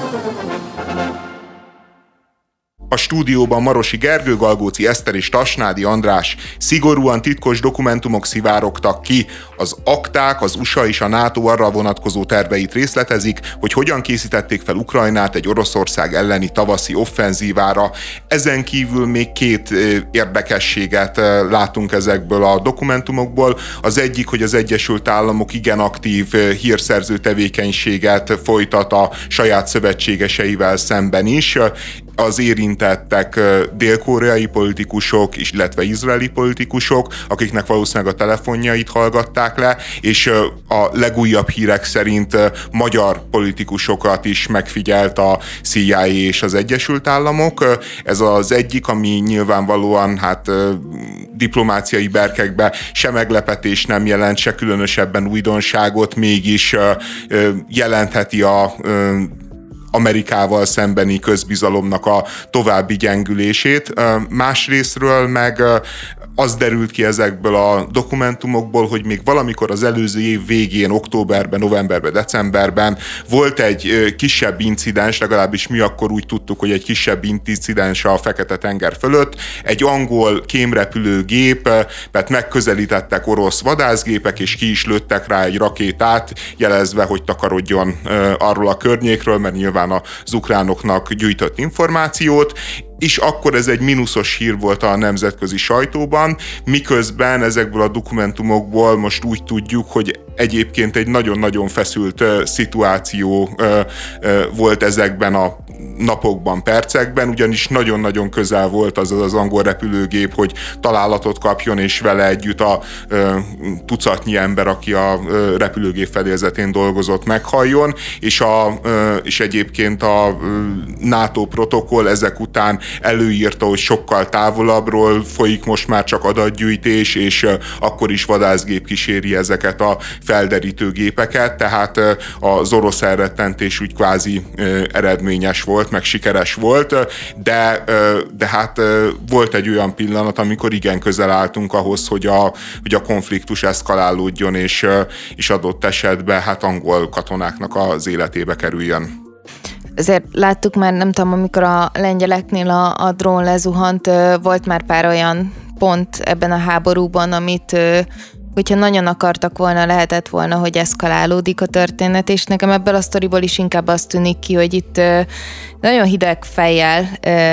A stúdióban Marosi Gergő, Galgóci Eszter és Tasnádi András. Szigorúan titkos dokumentumok szivárogtak ki. Az akták, az USA és a NATO arra vonatkozó terveit részletezik, hogy hogyan készítették fel Ukrajnát egy Oroszország elleni tavaszi offenzívára. Ezen kívül még két érdekességet látunk ezekből a dokumentumokból. Az egyik, hogy az Egyesült Államok igen aktív hírszerző tevékenységet folytat a saját szövetségeseivel szemben is. Az érintettek dél-koreai politikusok, illetve izraeli politikusok, akiknek valószínűleg a telefonjait hallgatták le, és a legújabb hírek szerint magyar politikusokat is megfigyelt a CIA és az Egyesült Államok. Ez az egyik, ami nyilvánvalóan diplomáciai berkekbe se meglepetés nem jelent, se különösebben újdonságot, mégis jelentheti a Amerikával szembeni közbizalomnak a további gyengülését. Másrésztről meg az derült ki ezekből a dokumentumokból, hogy még valamikor az előző év végén, októberben, novemberben, decemberben volt egy kisebb incidens, legalábbis mi akkor úgy tudtuk, hogy egy kisebb incidens a Fekete-tenger fölött. Egy angol kémrepülőgépet megközelítettek orosz vadászgépek, és ki is lőttek rá egy rakétát, jelezve, hogy takarodjon arról a környékről, mert nyilván az ukránoknak gyűjtött információt, és akkor ez egy mínuszos hír volt a nemzetközi sajtóban, miközben ezekből a dokumentumokból most úgy tudjuk, hogy egyébként egy nagyon-nagyon feszült szituáció volt ezekben a napokban, percekben, ugyanis nagyon-nagyon közel volt az angol repülőgép, hogy találatot kapjon, és vele együtt a tucatnyi ember, aki a repülőgép fedélzetén dolgozott, meghalljon, és egyébként a NATO protokoll ezek után előírta, hogy sokkal távolabbról folyik most már csak adatgyűjtés, és akkor is vadászgép kíséri ezeket a felderítő gépeket, tehát az orosz elrettentés úgy kvázi eredményes volt, meg sikeres volt, de volt egy olyan pillanat, amikor igen közel álltunk ahhoz, hogy a konfliktus eszkalálódjon, és adott esetben angol katonáknak az életébe kerüljön. Azért láttuk már, nem tudom, amikor a lengyeleknél a drón lezuhant, volt már pár olyan pont ebben a háborúban, amit hogyha nagyon akartak volna, lehetett volna, hogy eszkalálódik a történet, és nekem ebből a sztoriból is inkább azt tűnik ki, hogy itt nagyon hideg fejjel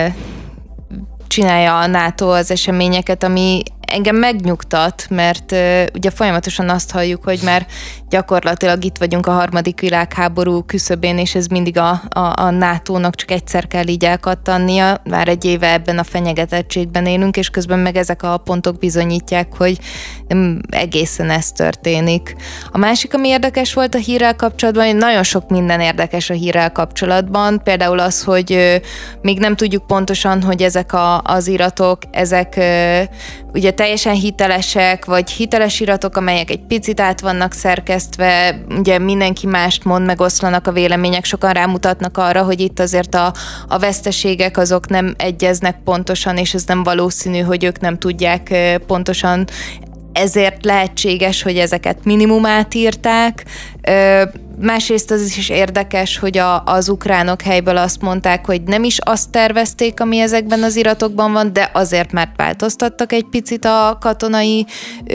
csinálja a NATO az eseményeket, ami engem megnyugtat, mert ugye folyamatosan azt halljuk, hogy már gyakorlatilag itt vagyunk a harmadik világháború küszöbén, és ez mindig a NATO-nak csak egyszer kell így elkattannia. Már egy éve ebben a fenyegetettségben élünk, és közben meg ezek a pontok bizonyítják, hogy nem egészen ez történik. A másik, ami érdekes volt a hírrel kapcsolatban, hogy nagyon sok minden érdekes a hírrel kapcsolatban, például az, hogy még nem tudjuk pontosan, hogy ezek az iratok, ezek ugye teljesen hitelesek, vagy hiteles iratok, amelyek egy picit át vannak szerkesztve, ugye mindenki mást mond, megoszlanak a vélemények, sokan rámutatnak arra, hogy itt azért a veszteségek azok nem egyeznek pontosan, és ez nem valószínű, hogy ők nem tudják pontosan, ezért lehetséges, hogy ezeket minimum átírták. Másrészt az is érdekes, hogy az ukránok helyből azt mondták, hogy nem is azt tervezték, ami ezekben az iratokban van, de azért már változtattak egy picit a katonai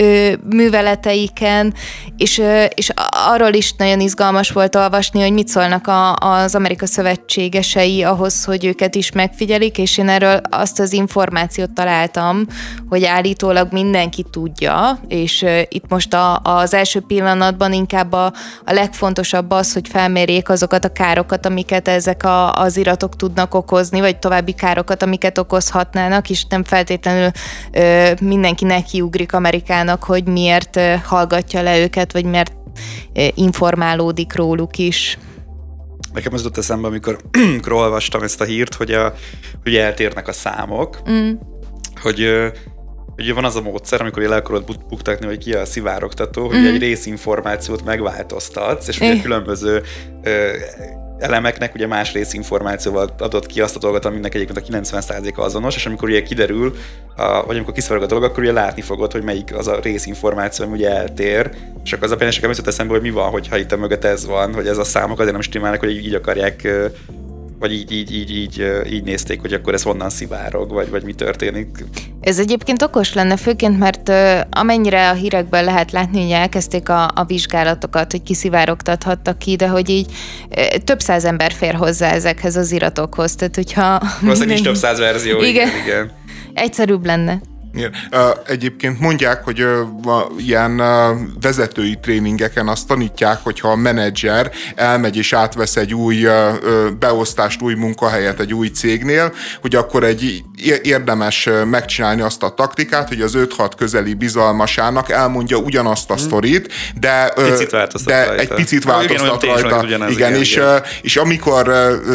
műveleteiken, és arról is nagyon izgalmas volt olvasni, hogy mit szólnak az Amerika szövetségesei ahhoz, hogy őket is megfigyelik, és én erről azt az információt találtam, hogy állítólag mindenki tudja, és itt most az első pillanatban inkább a legfontosabb az, hogy felmérjék azokat a károkat, amiket ezek az iratok tudnak okozni, vagy további károkat, amiket okozhatnának, és nem feltétlenül mindenki nekiugrik Amerikának, hogy miért hallgatja le őket, vagy miért informálódik róluk is. Nekem az jutott eszembe, amikor olvastam ezt a hírt, hogy eltérnek a számok, hogy ugye van az a módszer, amikor le akarod buktatni, hogy ki a szivárogtató, hogy egy részinformációt megváltoztatsz, és ugye különböző elemeknek ugye más részinformációval adott ki azt a dolgot, aminek egyébként a 90%-a azonos, és amikor ugye kiderül, vagy amikor kiszivárog a dolog, akkor ugye látni fogod, hogy melyik az a részinformáció, ami ugye eltér, és akkor az a például nekem jutott eszembe, hogy mi van, hogyha itt mögött ez van, hogy ez a számok azért nem stimmelnek, hogy így akarják vagy így nézték, hogy akkor ez honnan szivárog, vagy mi történik. Ez egyébként okos lenne, főként, mert amennyire a hírekben lehet látni, hogy elkezdték a vizsgálatokat, hogy kiszivárogtathattak ki, de hogy így több száz ember fér hozzá ezekhez az iratokhoz. Tehát, hogyha... Valószínűleg is több száz verzió, igen. Egyszerűbb lenne. Egyébként mondják, hogy ilyen vezetői tréningeken azt tanítják, hogyha a menedzser elmegy és átvesz egy új beosztást, új munkahelyet egy új cégnél, hogy akkor érdemes megcsinálni azt a taktikát, hogy az 5-6 közeli bizalmasának elmondja ugyanazt a sztorit, de egy picit változtat rajta. Igen, és amikor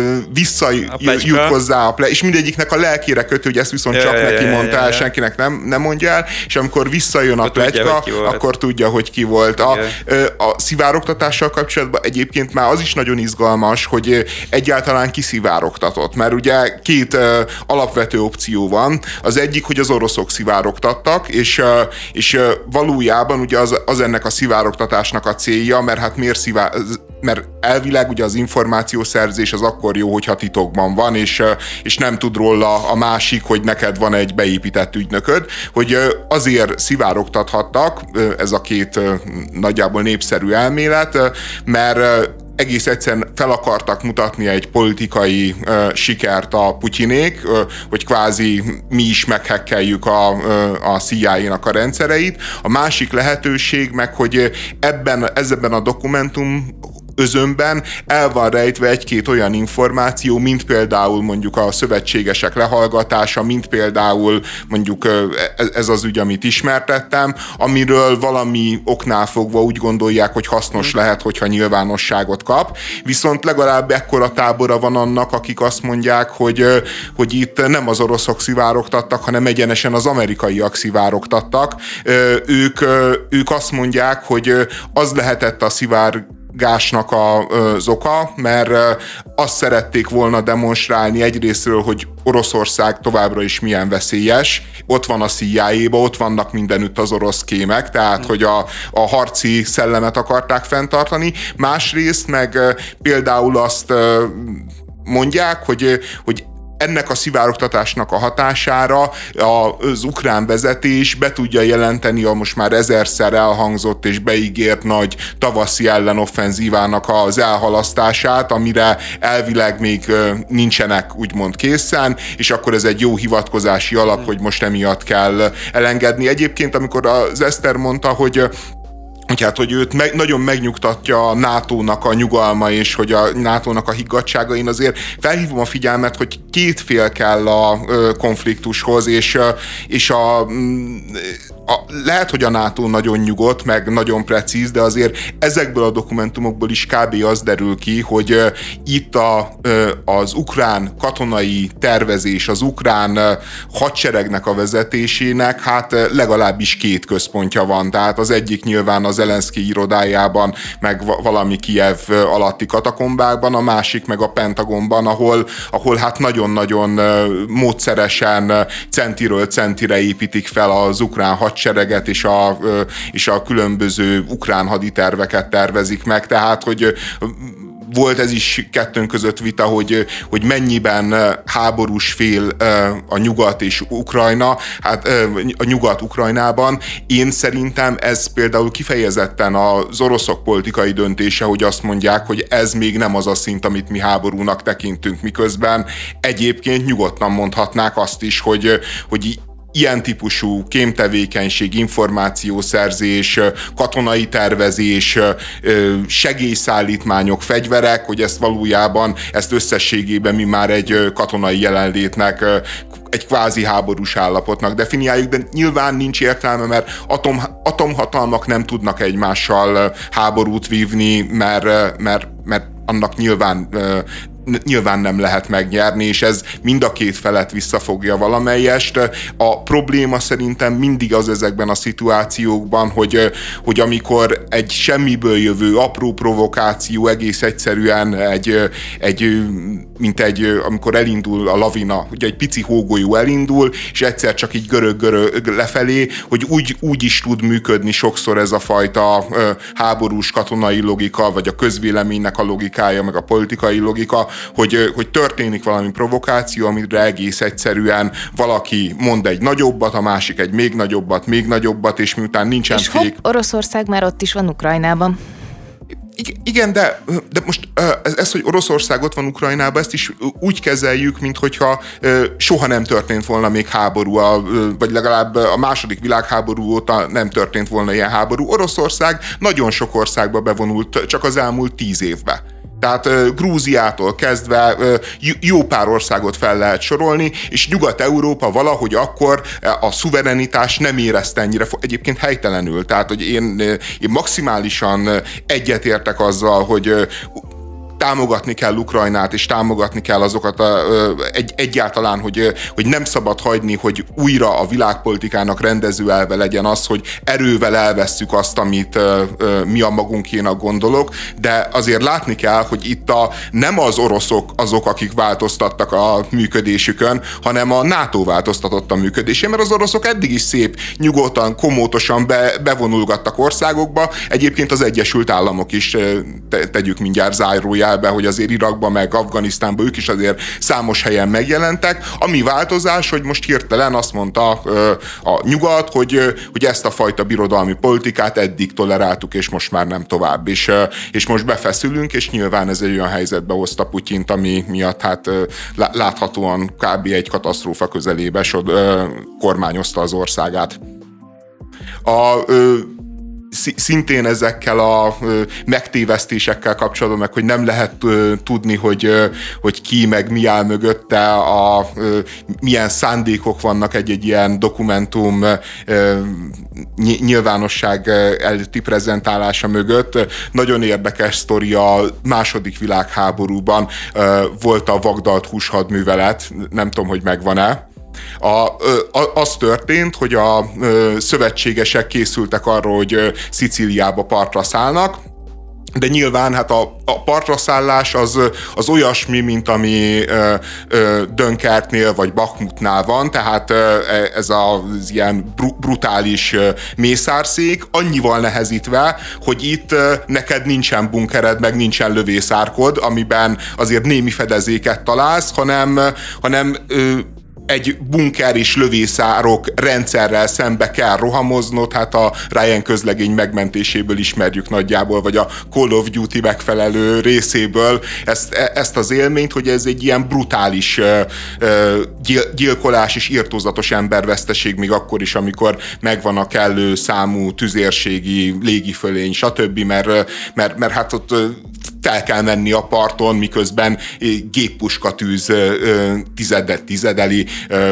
visszajut hozzá, és mindegyiknek a lelkére kötő, hogy ezt viszont csak neki mondta el, senkinek nem mondja el, és amikor visszajön a pletyka, akkor tudja, hogy ki volt. A szivárogtatással kapcsolatban egyébként már az is nagyon izgalmas, hogy egyáltalán kiszivárogtatott, mert ugye két alapvető opció van. Az egyik, hogy az oroszok szivárogtattak, és valójában ugye az ennek a szivárogtatásnak a célja, mert hát mert elvileg ugye az információszerzés az akkor jó, hogyha titokban van, és nem tud róla a másik, hogy neked van egy beépített ügynököd, hogy azért szivárogtathattak, ez a két nagyjából népszerű elmélet, mert egész egyszerűen fel akartak mutatni egy politikai sikert a Putyinék, hogy kvázi mi is meghekkeljük a CIA-nak a rendszereit. A másik lehetőség meg, hogy ebben a dokumentum özönben el van rejtve egy-két olyan információ, mint például mondjuk a szövetségesek lehallgatása, mint például mondjuk ez az ügy, amit ismertettem, amiről valami oknál fogva úgy gondolják, hogy hasznos lehet, hogyha nyilvánosságot kap. Viszont legalább ekkora tábora van annak, akik azt mondják, hogy itt nem az oroszok szivárogtattak, hanem egyenesen az amerikaiak szivárogtattak. Ők azt mondják, hogy az lehetett a szivárgásnak az oka, mert azt szerették volna demonstrálni egyrésztről, hogy Oroszország továbbra is milyen veszélyes. Ott van a CIA-ba, ott vannak mindenütt az orosz kémek, tehát hogy a harci szellemet akarták fenntartani. Másrészt meg például azt mondják, hogy ennek a szivárogtatásnak a hatására az ukrán vezetés be tudja jelenteni a most már 1000-szer elhangzott és beígért nagy tavaszi ellenoffenzívának az elhalasztását, amire elvileg még nincsenek úgymond készen, és akkor ez egy jó hivatkozási alap, hogy most emiatt kell elengedni. Egyébként, amikor az Eszter mondta, hogy őt nagyon megnyugtatja a NATO-nak a nyugalma, és hogy a NATO-nak a higgadtsága. Én azért felhívom a figyelmet, hogy két fél kell a konfliktushoz, és lehet, hogy a NATO nagyon nyugodt, meg nagyon precíz, de azért ezekből a dokumentumokból is kb. Az derül ki, hogy itt az ukrán katonai tervezés, az ukrán hadseregnek a vezetésének hát legalábbis két központja van. Tehát az egyik nyilván a Zelenszkij irodájában, meg valami Kijev alatti katakombákban, a másik meg a Pentagonban, ahol hát nagyon-nagyon módszeresen centiről centire építik fel az ukrán hadsereget, és a különböző ukrán haditerveket tervezik meg. Tehát, hogy volt ez is kettőnk között vita, hogy mennyiben háborús fél a nyugat és Ukrajna, hát a nyugat Ukrajnában. Én szerintem ez például kifejezetten az oroszok politikai döntése, hogy azt mondják, hogy ez még nem az a szint, amit mi háborúnak tekintünk, miközben egyébként nyugodtan mondhatnák azt is, hogy ilyen típusú kémtevékenység, információszerzés, katonai tervezés, segélyszállítmányok, fegyverek, hogy ezt összességében mi már egy katonai jelenlétnek, egy kvázi háborús állapotnak definiáljuk, de nyilván nincs értelme, mert atomhatalmak nem tudnak egymással háborút vívni, mert annak nyilván nem lehet megnyerni, és ez mind a két felet visszafogja valamelyest. A probléma szerintem mindig az ezekben a szituációkban, hogy amikor egy semmiből jövő apró provokáció egész egyszerűen amikor elindul a lavina, hogy egy pici hógolyó elindul, és egyszer csak így görög lefelé, hogy úgy is tud működni sokszor ez a fajta háborús katonai logika, vagy a közvéleménynek a logikája, meg a politikai logika, hogy történik valami provokáció, amire egész egyszerűen valaki mond egy nagyobbat, a másik egy még nagyobbat, és miután nincsen fék... És hopp, Oroszország már ott is van Ukrajnában. Igen, de most ez, hogy Oroszország ott van Ukrajnában, ezt is úgy kezeljük, minthogyha soha nem történt volna még háború, vagy legalább a második világháború óta nem történt volna ilyen háború. Oroszország nagyon sok országba bevonult csak az elmúlt 10 évben. Tehát Grúziától kezdve jó pár országot fel lehet sorolni, és Nyugat-Európa valahogy akkor a szuverenitás nem érezte ennyire, egyébként helytelenül. Tehát, hogy én maximálisan egyetértek azzal, hogy támogatni kell Ukrajnát, és támogatni kell azokat egyáltalán, hogy nem szabad hagyni, hogy újra a világpolitikának rendező elve legyen az, hogy erővel elvesszük azt, amit mi a magunkénak gondolok, de azért látni kell, hogy itt nem az oroszok azok, akik változtattak a működésükön, hanem a NATO változtatott a működésén, mert az oroszok eddig is szép, nyugodtan, komótosan bevonulgattak országokba, egyébként az Egyesült Államok is, tegyük mindjárt zárójelbe, hogy azért Irakban meg Afganisztánban ők is azért számos helyen megjelentek. Ami változás, hogy most hirtelen azt mondta a nyugat, hogy ezt a fajta birodalmi politikát eddig toleráltuk, és most már nem tovább. És most befeszülünk, és nyilván ez egy olyan helyzetbe hozta Putyint, ami miatt hát láthatóan kb. Egy katasztrófa közelébe kormányozta az országát. Szintén ezekkel a megtévesztésekkel kapcsolatban, meg hogy nem lehet tudni, hogy ki, meg mi áll mögötte, milyen szándékok vannak egy ilyen dokumentum nyilvánosság előtti prezentálása mögött. Nagyon érdekes sztori, a második világháborúban volt a vagdalt húshadművelet, nem tudom, hogy megvan-e. Az történt, hogy a szövetségesek készültek arra, hogy Szicíliába partra szállnak, de nyilván hát a partraszállás az olyasmi, mint ami Dunkerknél vagy Bakhmutnál van, tehát ez az ilyen brutális mészárszék, annyival nehezítve, hogy itt neked nincsen bunkered, meg nincsen lövészárkod, amiben azért némi fedezéket találsz, hanem egy bunker és lövészárok rendszerrel szembe kell rohamoznod, hát a Ryan közlegény megmentéséből ismerjük nagyjából, vagy a Call of Duty megfelelő részéből ezt az élményt, hogy ez egy ilyen brutális gyilkolás és irtózatos emberveszteség, még akkor is, amikor megvan a kellő számú tüzérségi légifölény, stb., mert hát ott fel kell menni a parton, miközben géppuskatűz tizedeli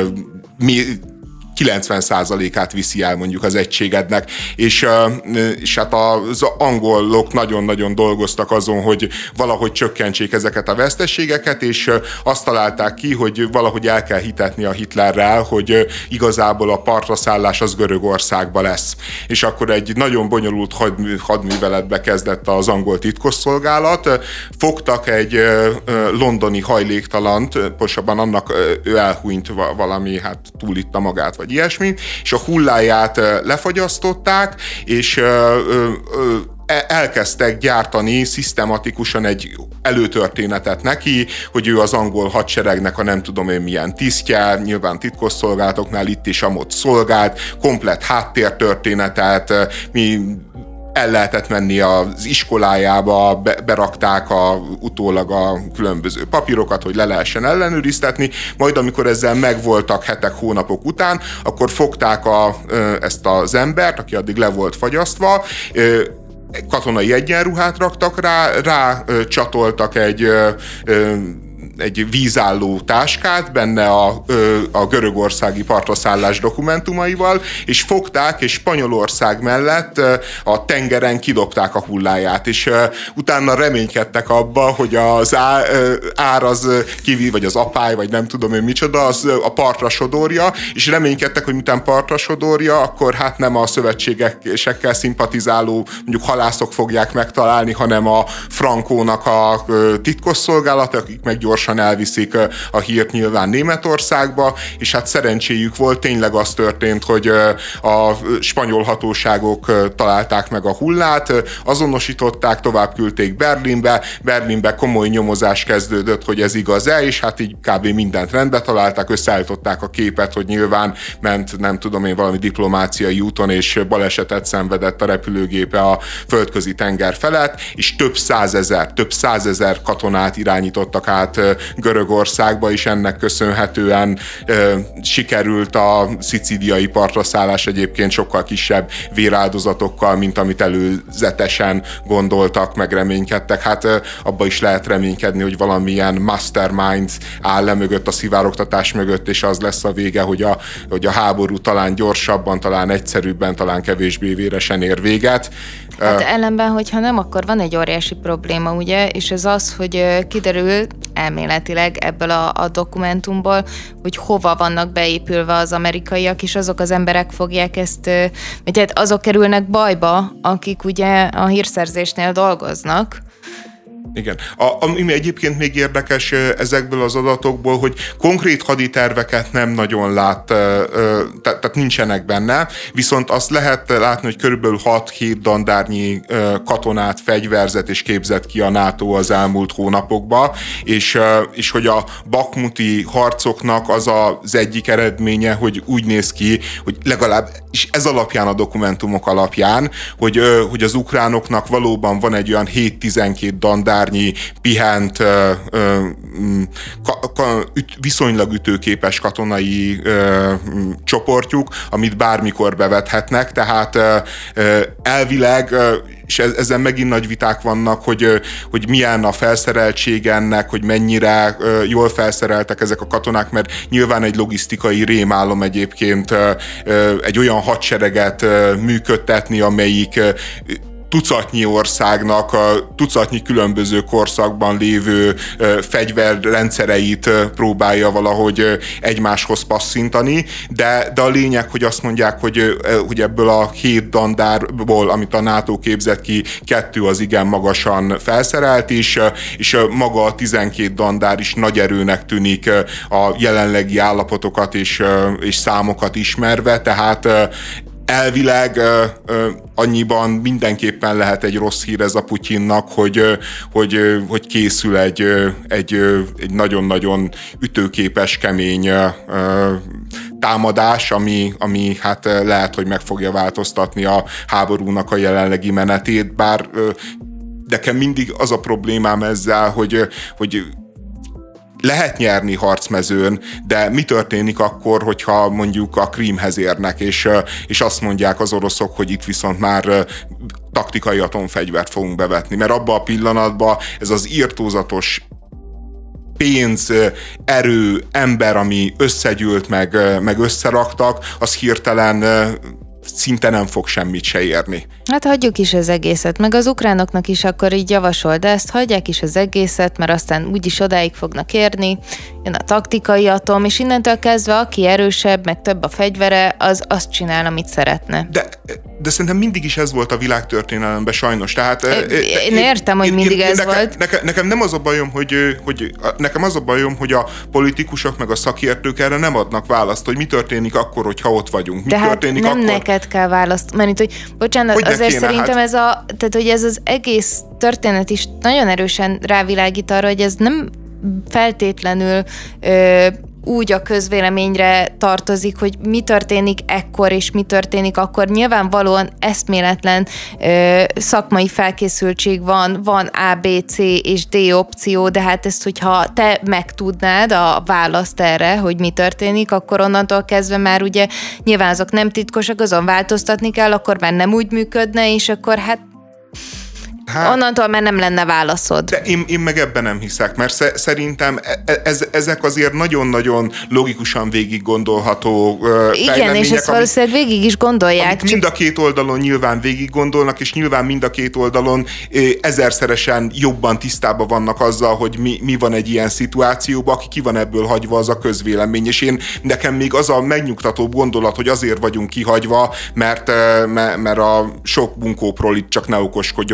90%-át viszi el mondjuk az egységednek, és hát az angolok nagyon-nagyon dolgoztak azon, hogy valahogy csökkentsék ezeket a veszteségeket, és azt találták ki, hogy valahogy el kell hitetni a Hitlerrel, hogy igazából a partraszállás az Görögországba lesz. És akkor egy nagyon bonyolult hadműveletbe kezdett az angol titkosszolgálat, fogtak egy londoni hajléktalant, pontosabban annak ő elhunyt valami, hát túlitta magát, vagy ilyesmi, és a hulláját lefagyasztották, és elkezdtek gyártani szisztematikusan egy előtörténetet neki, hogy ő az angol hadseregnek a nem tudom én milyen tisztje, nyilván titkosszolgálatoknál itt is amott szolgált, komplett háttértörténetet, mi el lehetett menni az iskolájába, berakták utólag a különböző papírokat, hogy le lehessen ellenőriztetni, majd amikor ezzel megvoltak hetek, hónapok után, akkor fogták ezt az embert, aki addig le volt fagyasztva, katonai egyenruhát raktak rá csatoltak egy vízálló táskát, benne a görögországi partraszállás dokumentumaival, és fogták, és Spanyolország mellett a tengeren kidobták a hulláját, és utána reménykedtek abba, hogy az ár az vagy az apály, vagy nem tudom én micsoda, az a partra sodorja, és reménykedtek, hogy miután partra sodorja, akkor hát nem a szövetségesekkel szimpatizáló mondjuk halászok fogják megtalálni, hanem a Frankónak a titkosszolgálat, akik meg gyorsan gyorsan elviszik a hírt nyilván Németországba, és hát szerencséjük volt, tényleg az történt, hogy a spanyol hatóságok találták meg a hullát, azonosították, tovább küldték Berlinbe komoly nyomozás kezdődött, hogy ez igaz-e, és hát így kb. Mindent rendbe találták, összeállították a képet, hogy nyilván ment, nem tudom én, valami diplomáciai úton, és balesetet szenvedett a repülőgépe a földközi tenger felett, és több százezer katonát irányítottak át Görögországba, és ennek köszönhetően sikerült a szicíliai partra szállás egyébként sokkal kisebb véráldozatokkal, mint amit előzetesen gondoltak, meg reménykedtek. Hát abba is lehet reménykedni, hogy valamilyen mastermind áll le mögött, a szivárogtatás mögött, és az lesz a vége, hogy a háború talán gyorsabban, talán egyszerűbben, talán kevésbé véresen ér véget. Hát ellenben, hogyha nem, akkor van egy óriási probléma, ugye, és ez az, hogy kiderül elméletileg ebből a dokumentumból, hogy hova vannak beépülve az amerikaiak, és azok az emberek fogják ezt, vagy hát azok kerülnek bajba, akik ugye a hírszerzésnél dolgoznak. Igen. Ami egyébként még érdekes ezekből az adatokból, hogy konkrét haditerveket nem nagyon lát, tehát nincsenek benne, viszont azt lehet látni, hogy körülbelül 6-7 dandárnyi katonát fegyverzett és képzett ki a NATO az elmúlt hónapokban, és hogy a bakmuti harcoknak az egyik eredménye, hogy úgy néz ki, hogy legalább, és ez alapján, a dokumentumok alapján, hogy az ukránoknak valóban van egy olyan 7-12 dandárnyi pihent, viszonylag ütőképes katonai csoportjuk, amit bármikor bevethetnek, tehát elvileg, és ezen megint nagy viták vannak, hogy milyen a felszereltség ennek, hogy mennyire jól felszereltek ezek a katonák, mert nyilván egy logisztikai rémálom egyébként egy olyan hadsereget működtetni, amelyik tucatnyi országnak tucatnyi különböző korszakban lévő fegyverrendszereit próbálja valahogy egymáshoz passzintani, de a lényeg, hogy azt mondják, hogy ebből a 7 dandárból, amit a NATO képzett ki, 2 az igen magasan felszerelt is, és maga a 12 dandár is nagy erőnek tűnik a jelenlegi állapotokat és számokat ismerve, egy elvileg annyiban mindenképpen lehet egy rossz hír ez a Putyinnak, hogy készül egy nagyon-nagyon ütőképes, kemény támadás, ami hát lehet, hogy meg fogja változtatni a háborúnak a jelenlegi menetét, bár nekem mindig az a problémám ezzel, hogy lehet nyerni harcmezőn, de mi történik akkor, hogyha mondjuk a Krímhez érnek, és azt mondják az oroszok, hogy itt viszont már taktikai atomfegyvert fogunk bevetni, mert abban a pillanatban ez az irtózatos pénz, erő, ember, ami összegyűlt, meg összeraktak, az hirtelen szinte nem fog semmit se érni. Hát hagyjuk is az egészet, meg az ukránoknak is akkor így javasol, de ezt hagyják is az egészet, mert aztán úgyis odáig fognak érni, jön a taktikai atom, és innentől kezdve aki erősebb, meg több a fegyvere, az azt csinál, amit szeretne. De szerintem mindig is ez volt a világtörténelemben sajnos. Tehát, én értem, hogy mindig ez volt. Nekem nem az a bajom, nekem az a bajom, hogy a politikusok meg a szakértők erre nem adnak választ, hogy mi történik akkor, hogyha ott vagyunk. Mi de történik hát nem akkor? neked kell választ. Mert hogy bocsánat, hogy azért kéne, szerintem tehát, hogy ez az egész történet is nagyon erősen rávilágít arra, hogy ez nem feltétlenül úgy a közvéleményre tartozik, hogy mi történik ekkor és mi történik akkor. Nyilvánvalóan eszméletlen szakmai felkészültség van A, B, C és D opció, de hát ezt, hogyha te megtudnád a választ erre, hogy mi történik, akkor onnantól kezdve már ugye nyilván azok nem titkosak, azon változtatni kell, akkor már nem úgy működne, és akkor hát onnantól már nem lenne válaszod. De én meg ebben nem hiszek, mert szerintem ezek azért nagyon-nagyon logikusan végig gondolható fejlemények. Igen, és ezt valószínűleg végig is gondolják. Mind a két oldalon nyilván végig gondolnak, és nyilván mind a két oldalon ezerszeresen jobban tisztában vannak azzal, hogy mi van egy ilyen szituációban, aki ki van ebből hagyva, az a közvélemény. És nekem még az a megnyugtatóbb gondolat, hogy azért vagyunk kihagyva, mert a sok bunkóprolit csak ne okoskodjon ebbe a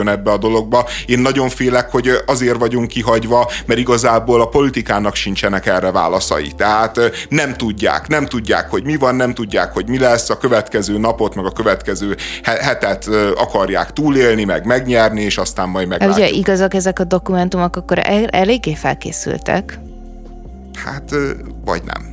dologba. Én nagyon félek, hogy azért vagyunk kihagyva, mert igazából a politikának sincsenek erre válaszai. Tehát nem tudják, hogy mi van, nem tudják, hogy mi lesz, a következő napot, meg a következő hetet akarják túlélni, meg megnyerni, és aztán majd meglátjuk. Ugye igazak ezek a dokumentumok, akkor eléggé felkészültek. Hát, vagy nem.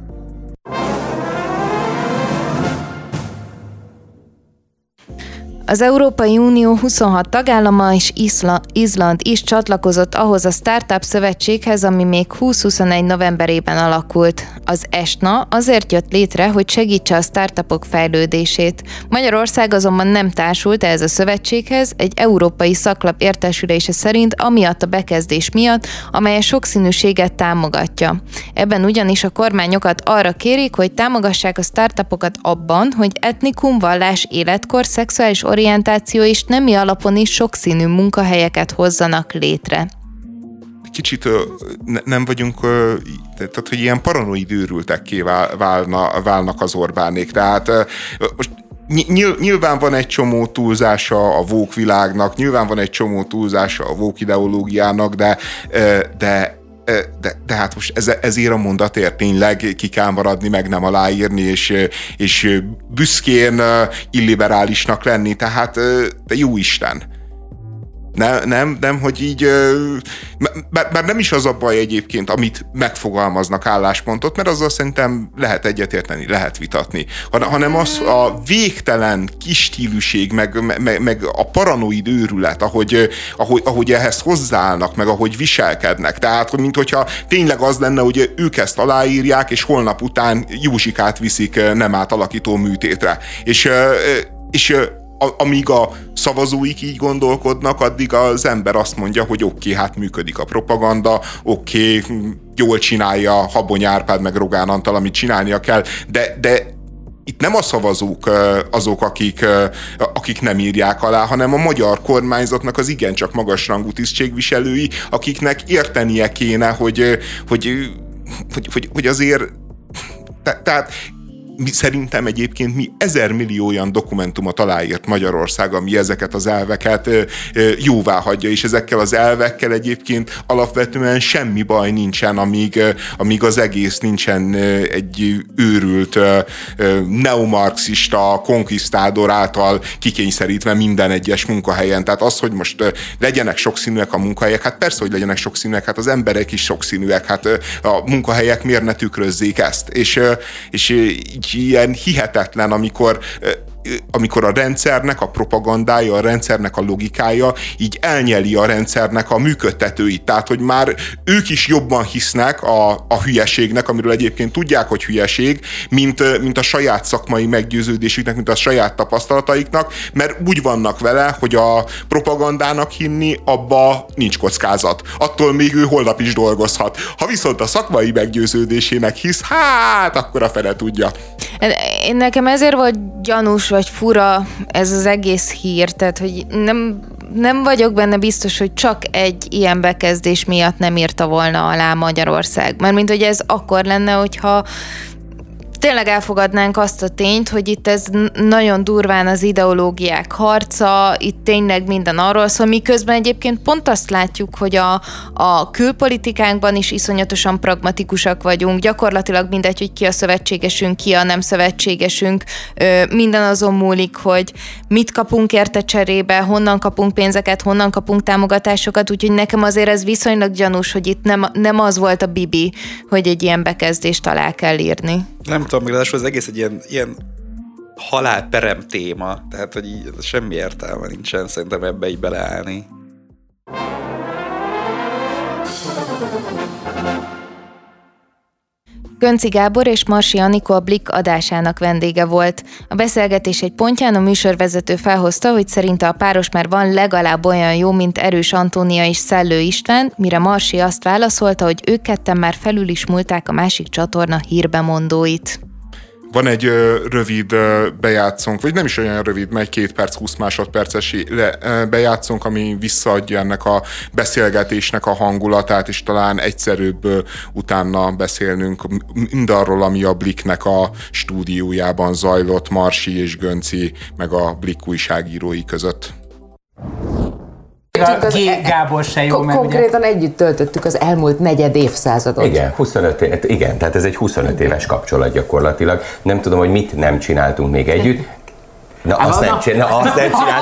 Az Európai Unió 26 tagállama és Izland is csatlakozott ahhoz a Startup szövetséghez, ami még 2021 novemberében alakult. Az ESNA azért jött létre, hogy segítse a startupok fejlődését. Magyarország azonban nem társult ehhez a szövetséghez, egy európai szaklap értesülése szerint amiatt a bekezdés miatt, amely a sokszínűséget támogatja. Ebben ugyanis a kormányokat arra kérik, hogy támogassák a startupokat abban, hogy etnikum, vallás, életkor, szexuális orientáció és nemi alapon is sokszínű munkahelyeket hozzanak létre. Kicsit nem vagyunk, tehát hogy ilyen paranoid őrültekké válnak az Orbánék. Tehát most nyilván van egy csomó túlzása a woke világnak, nyilván van egy csomó túlzása a woke ideológiának, de hát most ezért a mondatért tényleg ki kell maradni, meg nem aláírni, és büszkén illiberálisnak lenni, tehát de jó Isten. Nem, hogy így, bár nem is az a baj egyébként, amit megfogalmaznak álláspontot, mert azzal szerintem lehet egyetérteni, lehet vitatni, hanem az a végtelen kisstíluség, meg a paranoid őrület, ahogy ehhez hozzáállnak, meg ahogy viselkednek. Tehát, mint hogyha tényleg az lenne, hogy ők ezt aláírják, és holnap után Józsikát viszik nem átalakító műtétre. És amíg a szavazóik így gondolkodnak, addig az ember azt mondja, hogy oké, hát működik a propaganda, oké, jól csinálja Habony Árpád meg Rogán Antal, amit csinálnia kell, de itt nem a szavazók azok, akik nem írják alá, hanem a magyar kormányzatnak az igencsak magasrangú tisztségviselői, akiknek értenie kéne, hogy azért... Tehát szerintem egyébként mi 1000 millió olyan dokumentumot aláírt Magyarország, ami ezeket az elveket jóvá hagyja, és ezekkel az elvekkel egyébként alapvetően semmi baj nincsen, amíg az egész nincsen egy őrült neomarxista konkisztádor által kikényszerítve minden egyes munkahelyen. Tehát az, hogy most legyenek sokszínűek a munkahelyek, hát persze, hogy legyenek sokszínűek, hát az emberek is sokszínűek, hát a munkahelyek miért ne tükrözzék ezt? És ilyen hihetetlen, amikor a rendszernek a propagandája, a rendszernek a logikája így elnyeli a rendszernek a működtetőit. Tehát, hogy már ők is jobban hisznek a hülyeségnek, amiről egyébként tudják, hogy hülyeség, mint a saját szakmai meggyőződésüknek, mint a saját tapasztalataiknak, mert úgy vannak vele, hogy a propagandának hinni, abba nincs kockázat. Attól még ő holnap is dolgozhat. Ha viszont a szakmai meggyőződésének hisz, hát akkor a fele tudja. Nekem ezért volt gyanús vagy fura ez az egész hír, tehát hogy nem vagyok benne biztos, hogy csak egy ilyen bekezdés miatt nem írta volna alá Magyarország. Mármint, hogy ez akkor lenne, hogyha tényleg elfogadnánk azt a tényt, hogy itt ez nagyon durván az ideológiák harca, itt tényleg minden arról szól, miközben egyébként pont azt látjuk, hogy a külpolitikánkban is iszonyatosan pragmatikusak vagyunk, gyakorlatilag mindegy, hogy ki a szövetségesünk, ki a nem szövetségesünk, minden azon múlik, hogy mit kapunk érte cserébe, honnan kapunk pénzeket, honnan kapunk támogatásokat, úgyhogy nekem azért ez viszonylag gyanús, hogy itt nem az volt a bibi, hogy egy ilyen bekezdést alá kell írni. Nem tudom, ráadásul az egész egy ilyen halálperem téma, tehát hogy így semmi értelme nincsen szerintem ebbe így beleállni. Gönci Gábor és Marsi Anikó a Blikk adásának vendége volt. A beszélgetés egy pontján a műsorvezető felhozta, hogy szerinte a páros már van legalább olyan jó, mint Erős Antónia és Szellő István, mire Marsi azt válaszolta, hogy ők ketten már felül is múlták a másik csatorna hírbemondóit. Van egy rövid bejátszónk, vagy nem is olyan rövid, mert 2 perc, 20 másodperces bejátszónk, ami visszaadja ennek a beszélgetésnek a hangulatát, és talán egyszerűbb utána beszélnünk mindarról, ami a Blikknek a stúdiójában zajlott Marsi és Gönci, meg a Blikk újságírói között. Gábor se jó, meg konkrétan ugye... együtt töltöttük az elmúlt negyed évszázadot. Igen, 25 tehát ez egy 25 éves kapcsolat gyakorlatilag. Nem tudom, hogy mit nem csináltunk még együtt. Azt nem csináltuk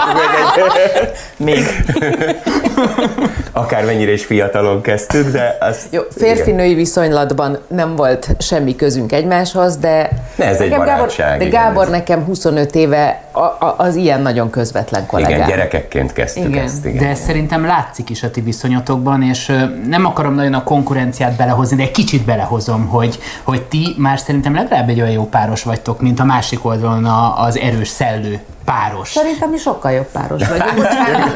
még akármennyire is fiatalon kezdtük, de az... Jó, férfi-női viszonylatban nem volt semmi közünk egymáshoz, de... Ez egy barátság. De Gábor nekem 25 éve az ilyen nagyon közvetlen kollégám. Igen, gyerekekként kezdtük ezt. Igen. De szerintem látszik is a ti viszonyotokban, és nem akarom nagyon a konkurenciát belehozni, de egy kicsit belehozom, hogy ti már szerintem legalább egy olyan jó páros vagytok, mint a másik oldalon az erős szellő páros. Szerintem mi sokkal jobb páros vagyunk.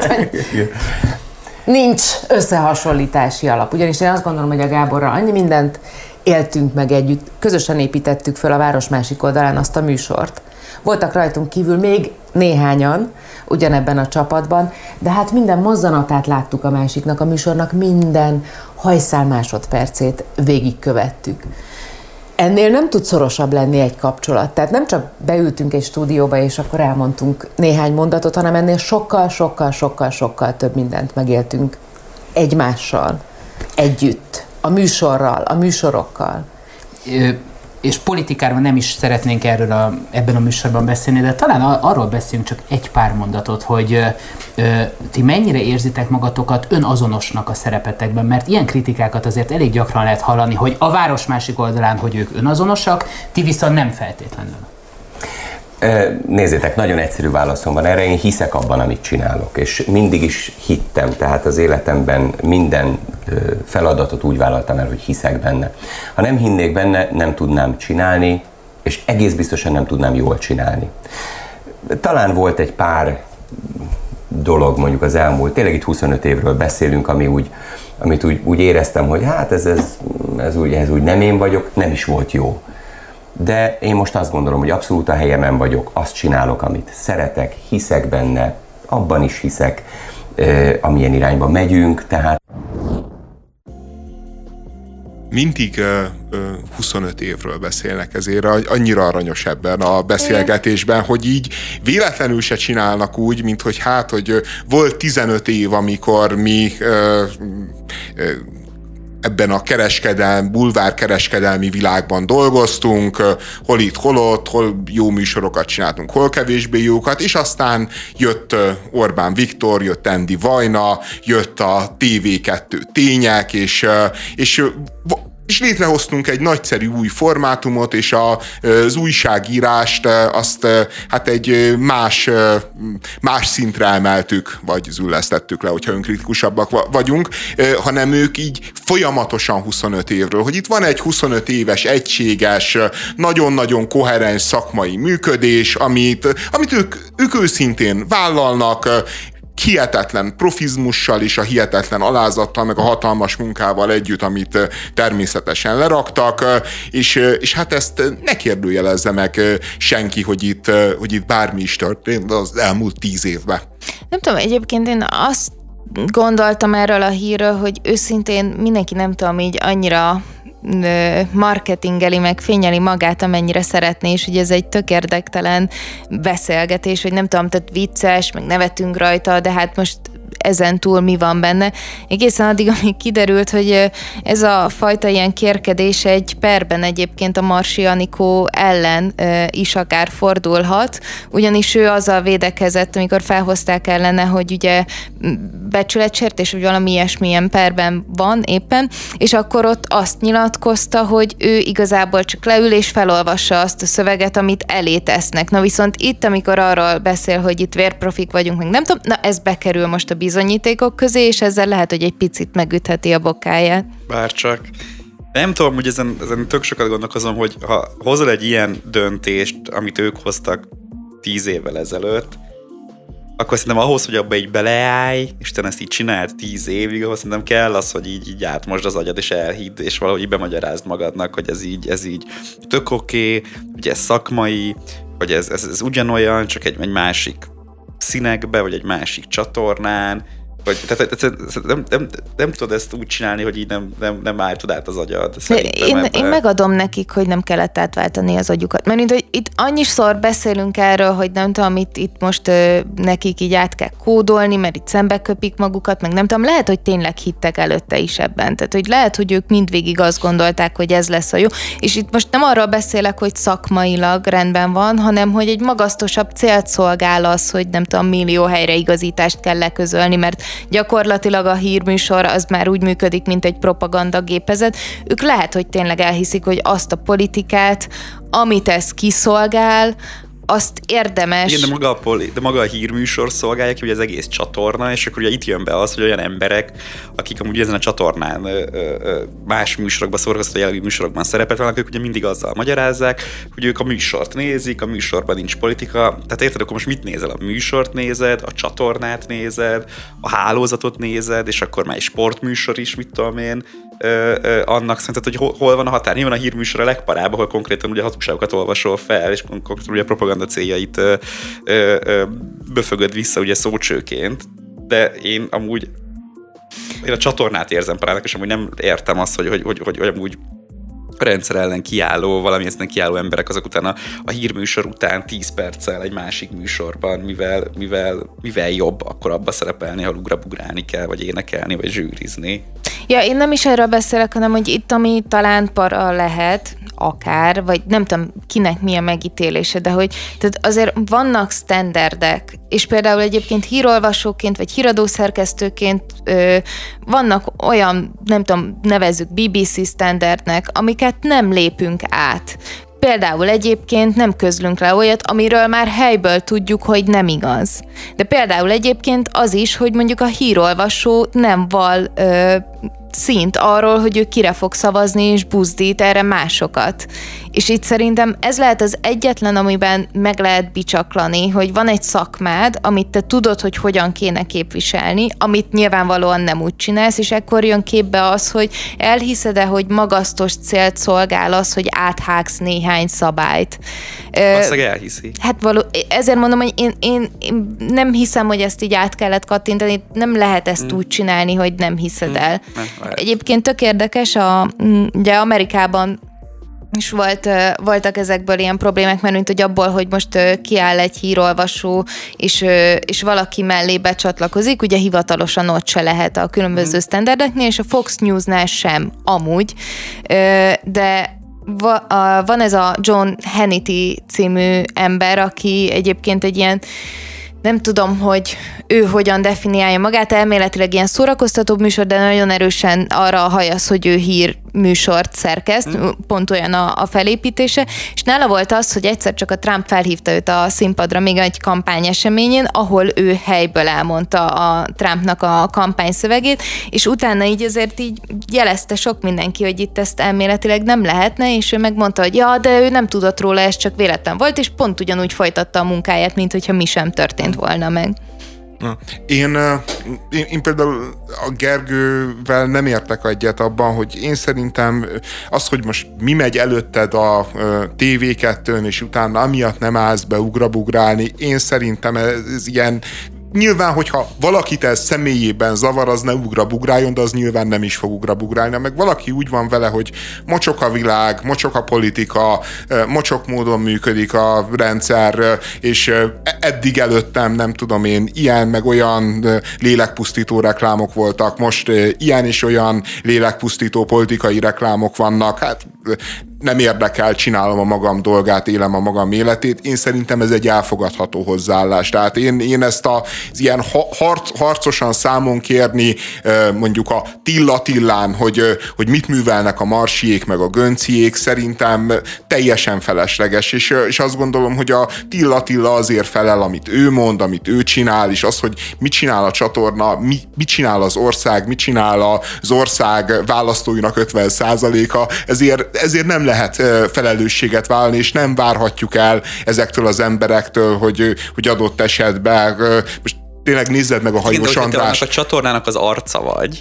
Nincs összehasonlítási alap. Ugyanis én azt gondolom, hogy a Gáborral annyi mindent éltünk meg együtt, közösen építettük föl a város másik oldalán azt a műsort. Voltak rajtunk kívül még néhányan ugyanebben a csapatban, de hát minden mozzanatát láttuk a másiknak, a műsornak minden hajszál másodpercét végigkövettük. Ennél nem tud szorosabb lenni egy kapcsolat. Tehát nem csak beültünk egy stúdióba, és akkor elmondtunk néhány mondatot, hanem ennél sokkal több mindent megéltünk egymással, együtt, a műsorral, a műsorokkal. És politikáról nem is szeretnénk ebben a műsorban beszélni, de talán arról beszélünk csak egy pár mondatot, hogy ti mennyire érzitek magatokat önazonosnak a szerepetekben, mert ilyen kritikákat azért elég gyakran lehet hallani, hogy a város másik oldalán, hogy ők önazonosak, ti viszont nem feltétlenül. Nézzétek, nagyon egyszerű válaszom van erre, én hiszek abban, amit csinálok, és mindig is hittem, tehát az életemben minden feladatot úgy vállaltam el, hogy hiszek benne. Ha nem hinnék benne, nem tudnám csinálni, és egész biztosan nem tudnám jól csinálni. Talán volt egy pár dolog mondjuk az elmúlt, tényleg itt 25 évről beszélünk, amit úgy éreztem, hogy hát ez úgy nem én vagyok, nem is volt jó. De én most azt gondolom, hogy abszolút a helyemen vagyok, azt csinálok, amit szeretek, hiszek benne, abban is hiszek, amilyen irányba megyünk, tehát... Mindig 25 évről beszélnek, ezért annyira aranyos ebben a beszélgetésben, hogy így véletlenül se csinálnak úgy, mint hogy hogy volt 15 év, amikor mi ebben a bulvárkereskedelmi világban dolgoztunk, hol itt, hol ott, hol jó műsorokat csináltunk, hol kevésbé jókat, és aztán jött Orbán Viktor, jött Andy Vajna, jött a TV2 tények, és létrehoztunk egy nagyszerű új formátumot, és az újságírást azt hát egy más szintre emeltük, vagy züllesztettük le, hogyha önkritikusabbak vagyunk, hanem ők így folyamatosan 25 évről, hogy itt van egy 25 éves, egységes, nagyon-nagyon koherens szakmai működés, amit ők őszintén vállalnak, hihetetlen profizmussal és a hihetetlen alázattal, meg a hatalmas munkával együtt, amit természetesen leraktak, és hát ezt ne kérdőjelezze meg senki, hogy itt bármi is történt az elmúlt 10 évben. Nem tudom, egyébként én azt gondoltam erről a hírről, hogy őszintén mindenki nem tudom így annyira marketingeli, meg fényeli magát, amennyire szeretné, és hogy ez egy tök érdektelen beszélgetés, hogy nem tudom, tehát vicces, meg nevetünk rajta, de hát most ezen túl mi van benne. Egészen addig, amíg kiderült, hogy ez a fajta ilyen kérkedés egy perben egyébként a Marsi Anikó ellen is akár fordulhat, ugyanis ő azzal védekezett, amikor felhozták ellene, hogy ugye becsületsértés, vagy valami ilyesmilyen perben van éppen, és akkor ott azt nyilatkozta, hogy ő igazából csak leül és felolvassa azt a szöveget, amit elé tesznek. Na viszont itt, amikor arról beszél, hogy itt vérprofik vagyunk, meg nem tudom, na ez bekerül most a bizonyítékok közé, és ezzel lehet, hogy egy picit megütheti a bokáját. Bárcsak. Nem tudom, hogy ezen tök sokat gondolkozom, hogy ha hozol egy ilyen döntést, amit ők hoztak 10 évvel ezelőtt, akkor szerintem ahhoz, hogy abba így beleállj, és te ezt így csináld 10 évig, ahhoz szerintem kell az, hogy így átmosd az agyad, és elhidd, és valahogy így bemagyarázd magadnak, hogy ez így tök oké, hogy ez szakmai, hogy ez ugyanolyan, csak egy másik színekbe, vagy egy másik csatornán, Tehát nem tudod ezt úgy csinálni, hogy így nem álltod át az agyad. Én megadom nekik, hogy nem kellett átváltani az agyukat. Mert hogy itt annyiszor beszélünk erről, hogy nem tudom, itt most nekik így át kell kódolni, mert itt szembe köpik magukat, meg nem tudom, lehet, hogy tényleg hittek előtte is ebben. Tehát, hogy lehet, hogy ők mindvégig azt gondolták, hogy ez lesz a jó. És itt most nem arról beszélek, hogy szakmailag rendben van, hanem, hogy egy magasztosabb célt szolgál az, hogy nem tudom, millió helyreigazítást kell leközölni, mert gyakorlatilag a hírműsor az már úgy működik, mint egy propagandagépezet. Ők lehet, hogy tényleg elhiszik, hogy azt a politikát, amit ez kiszolgál, azt érdemes... Igen, de maga a hírműsor szolgálja ki, hogy az egész csatorna, és akkor ugye itt jön be az, hogy olyan emberek, akik amúgy ezen a csatornán más műsorokban, szórakoztató jellegű műsorokban szerepelnek, ők ugye mindig azzal magyarázzák, hogy ők a műsort nézik, a műsorban nincs politika. Tehát érted, akkor most mit nézel? A műsort nézed, a csatornát nézed, a hálózatot nézed, és akkor már egy sportműsor is, mit tudom én, annak szerinted, hogy hol van a határ. Nyilván a hírműsor a legparább, ahol konkrétan ugye hazugságokat olvasol fel, és konkrétan ugye a propaganda céljait böfögöd vissza ugye szócsőként, de én a csatornát érzem parának, és amúgy nem értem azt, hogy amúgy a rendszer ellen kiálló, valamilyen szinten kiálló emberek azok után a hírműsor után 10 perccel egy másik műsorban, mivel jobb akkor abba szerepelni, ahol ugrabugrálni kell, vagy énekelni, vagy zsűrizni. Ja, én nem is erről beszélek, hanem hogy itt, ami talán para lehet, akár, vagy nem tudom, kinek mi a megítélése, de hogy tehát azért vannak sztenderdek, és például egyébként hírolvasóként, vagy híradószerkesztőként vannak olyan, nem tudom, nevezzük BBC sztenderdnek, amiket nem lépünk át. Például egyébként nem közlünk le olyat, amiről már helyből tudjuk, hogy nem igaz. De például egyébként az is, hogy mondjuk a hírolvasó nem val szint arról, hogy ő kire fog szavazni, és buzdít erre másokat. És itt szerintem ez lehet az egyetlen, amiben meg lehet bicsaklani, hogy van egy szakmád, amit te tudod, hogy hogyan kéne képviselni, amit nyilvánvalóan nem úgy csinálsz, és ekkor jön képbe az, hogy elhiszed-e, hogy magasztos célt szolgál az, hogy áthágsz néhány szabályt. Valószínűleg elhiszi. Hát ezért mondom, hogy én nem hiszem, hogy ezt így át kellett kattintani, nem lehet ezt úgy csinálni, hogy nem hiszed el. Egyébként tök érdekes, ugye Amerikában is voltak ezekből ilyen problémák, mert mint hogy abból, hogy most kiáll egy hírolvasó, és valaki mellé becsatlakozik, ugye hivatalosan ott se lehet a különböző sztenderdeknél, és a Fox Newsnál sem amúgy, de van ez a John Hannity című ember, aki egyébként egy ilyen, nem tudom, hogy ő hogyan definiálja magát, elméletileg ilyen szórakoztató műsor, de nagyon erősen arra hajasz, hogy ő hírműsort szerkeszt, pont olyan a felépítése, és nála volt az, hogy egyszer csak a Trump felhívta őt a színpadra még egy kampányeseményen, ahol ő helyből elmondta a Trumpnak a kampányszövegét, és utána így azért így jelezte sok mindenki, hogy itt ezt elméletileg nem lehetne, és ő megmondta, hogy ja, de ő nem tudott róla, ez csak véletlen volt, és pont ugyanúgy folytatta a munkáját, mint hogyha mi sem történt volna meg. Én például a Gergővel nem értek egyet abban, hogy én szerintem az, hogy most mi megy előtted a TV2-n, és utána amiatt nem állsz be ugrabugrálni, én szerintem ez ilyen. Nyilván, hogyha valakit ez személyében zavar, az ne ugrabugráljon, de az nyilván nem is fog ugrabugrálni. Meg valaki úgy van vele, hogy mocsok a világ, mocsok a politika, mocsok módon működik a rendszer, és eddig előttem, nem tudom én, ilyen meg olyan lélekpusztító reklámok voltak, most ilyen és olyan lélekpusztító politikai reklámok vannak, hát nem érdekel, csinálom a magam dolgát, élem a magam életét. Én szerintem ez egy elfogadható hozzáállás. Tehát én ezt az ilyen harcosan számon kérni, mondjuk a Tillán, hogy mit művelnek a Marsiék meg a Gönciék, szerintem teljesen felesleges. És azt gondolom, hogy a Tilla azért felel, amit ő mond, amit ő csinál, és az, hogy mit csinál a csatorna, mit csinál az ország, mit csinál az ország választóinak 50%-a, ezért nem lehet felelősséget vállalni, és nem várhatjuk el ezektől az emberektől, hogy adott esetben most tényleg nézzed meg a Hajós András. A csatornának az arca vagy,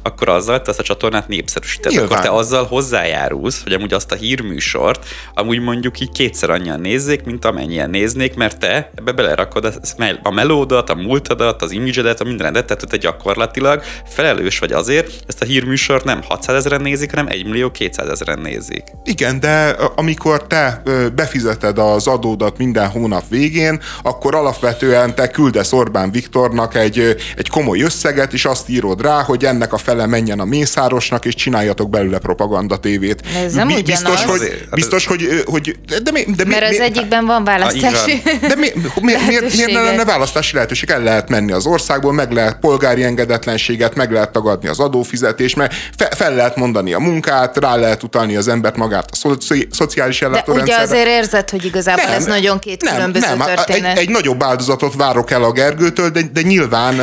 akkor azzal te azt a csatornát népszerűsíted. Nyilván. Akkor te azzal hozzájárulsz, hogy amúgy azt a hírműsort amúgy mondjuk így 2-szer annyian nézzék, mint amennyien néznék, mert te ebbe belerakod a melódat, a múltadat, az imidzsedet, a mindenedet, tehát te gyakorlatilag felelős vagy azért, ezt a hírműsort nem 600 000 nézik, hanem 1 200 000 nézik. Igen, de amikor te befizeted az adódat minden hónap végén, akkor alapvetően te küldesz Orbán Viktornak egy komoly összeget, és azt írod rá, hogy ennek a fele menjen a Mészárosnak, és csináljatok belőle propagandatévét. Ez nem Biztos, hogy mert az egyikben van választási de miért ne lenne választási lehetőség? El lehet menni az országból, meg lehet polgári engedetlenséget, meg lehet tagadni az adófizetést, mert fel lehet mondani a munkát, rá lehet utalni az embert magát a szociális ellátórendszerre. De ugye azért érzed, hogy igazából ez nagyon két különböző történet. Egy nagyobb áldozatot várok el a Gergőtől, de nyilván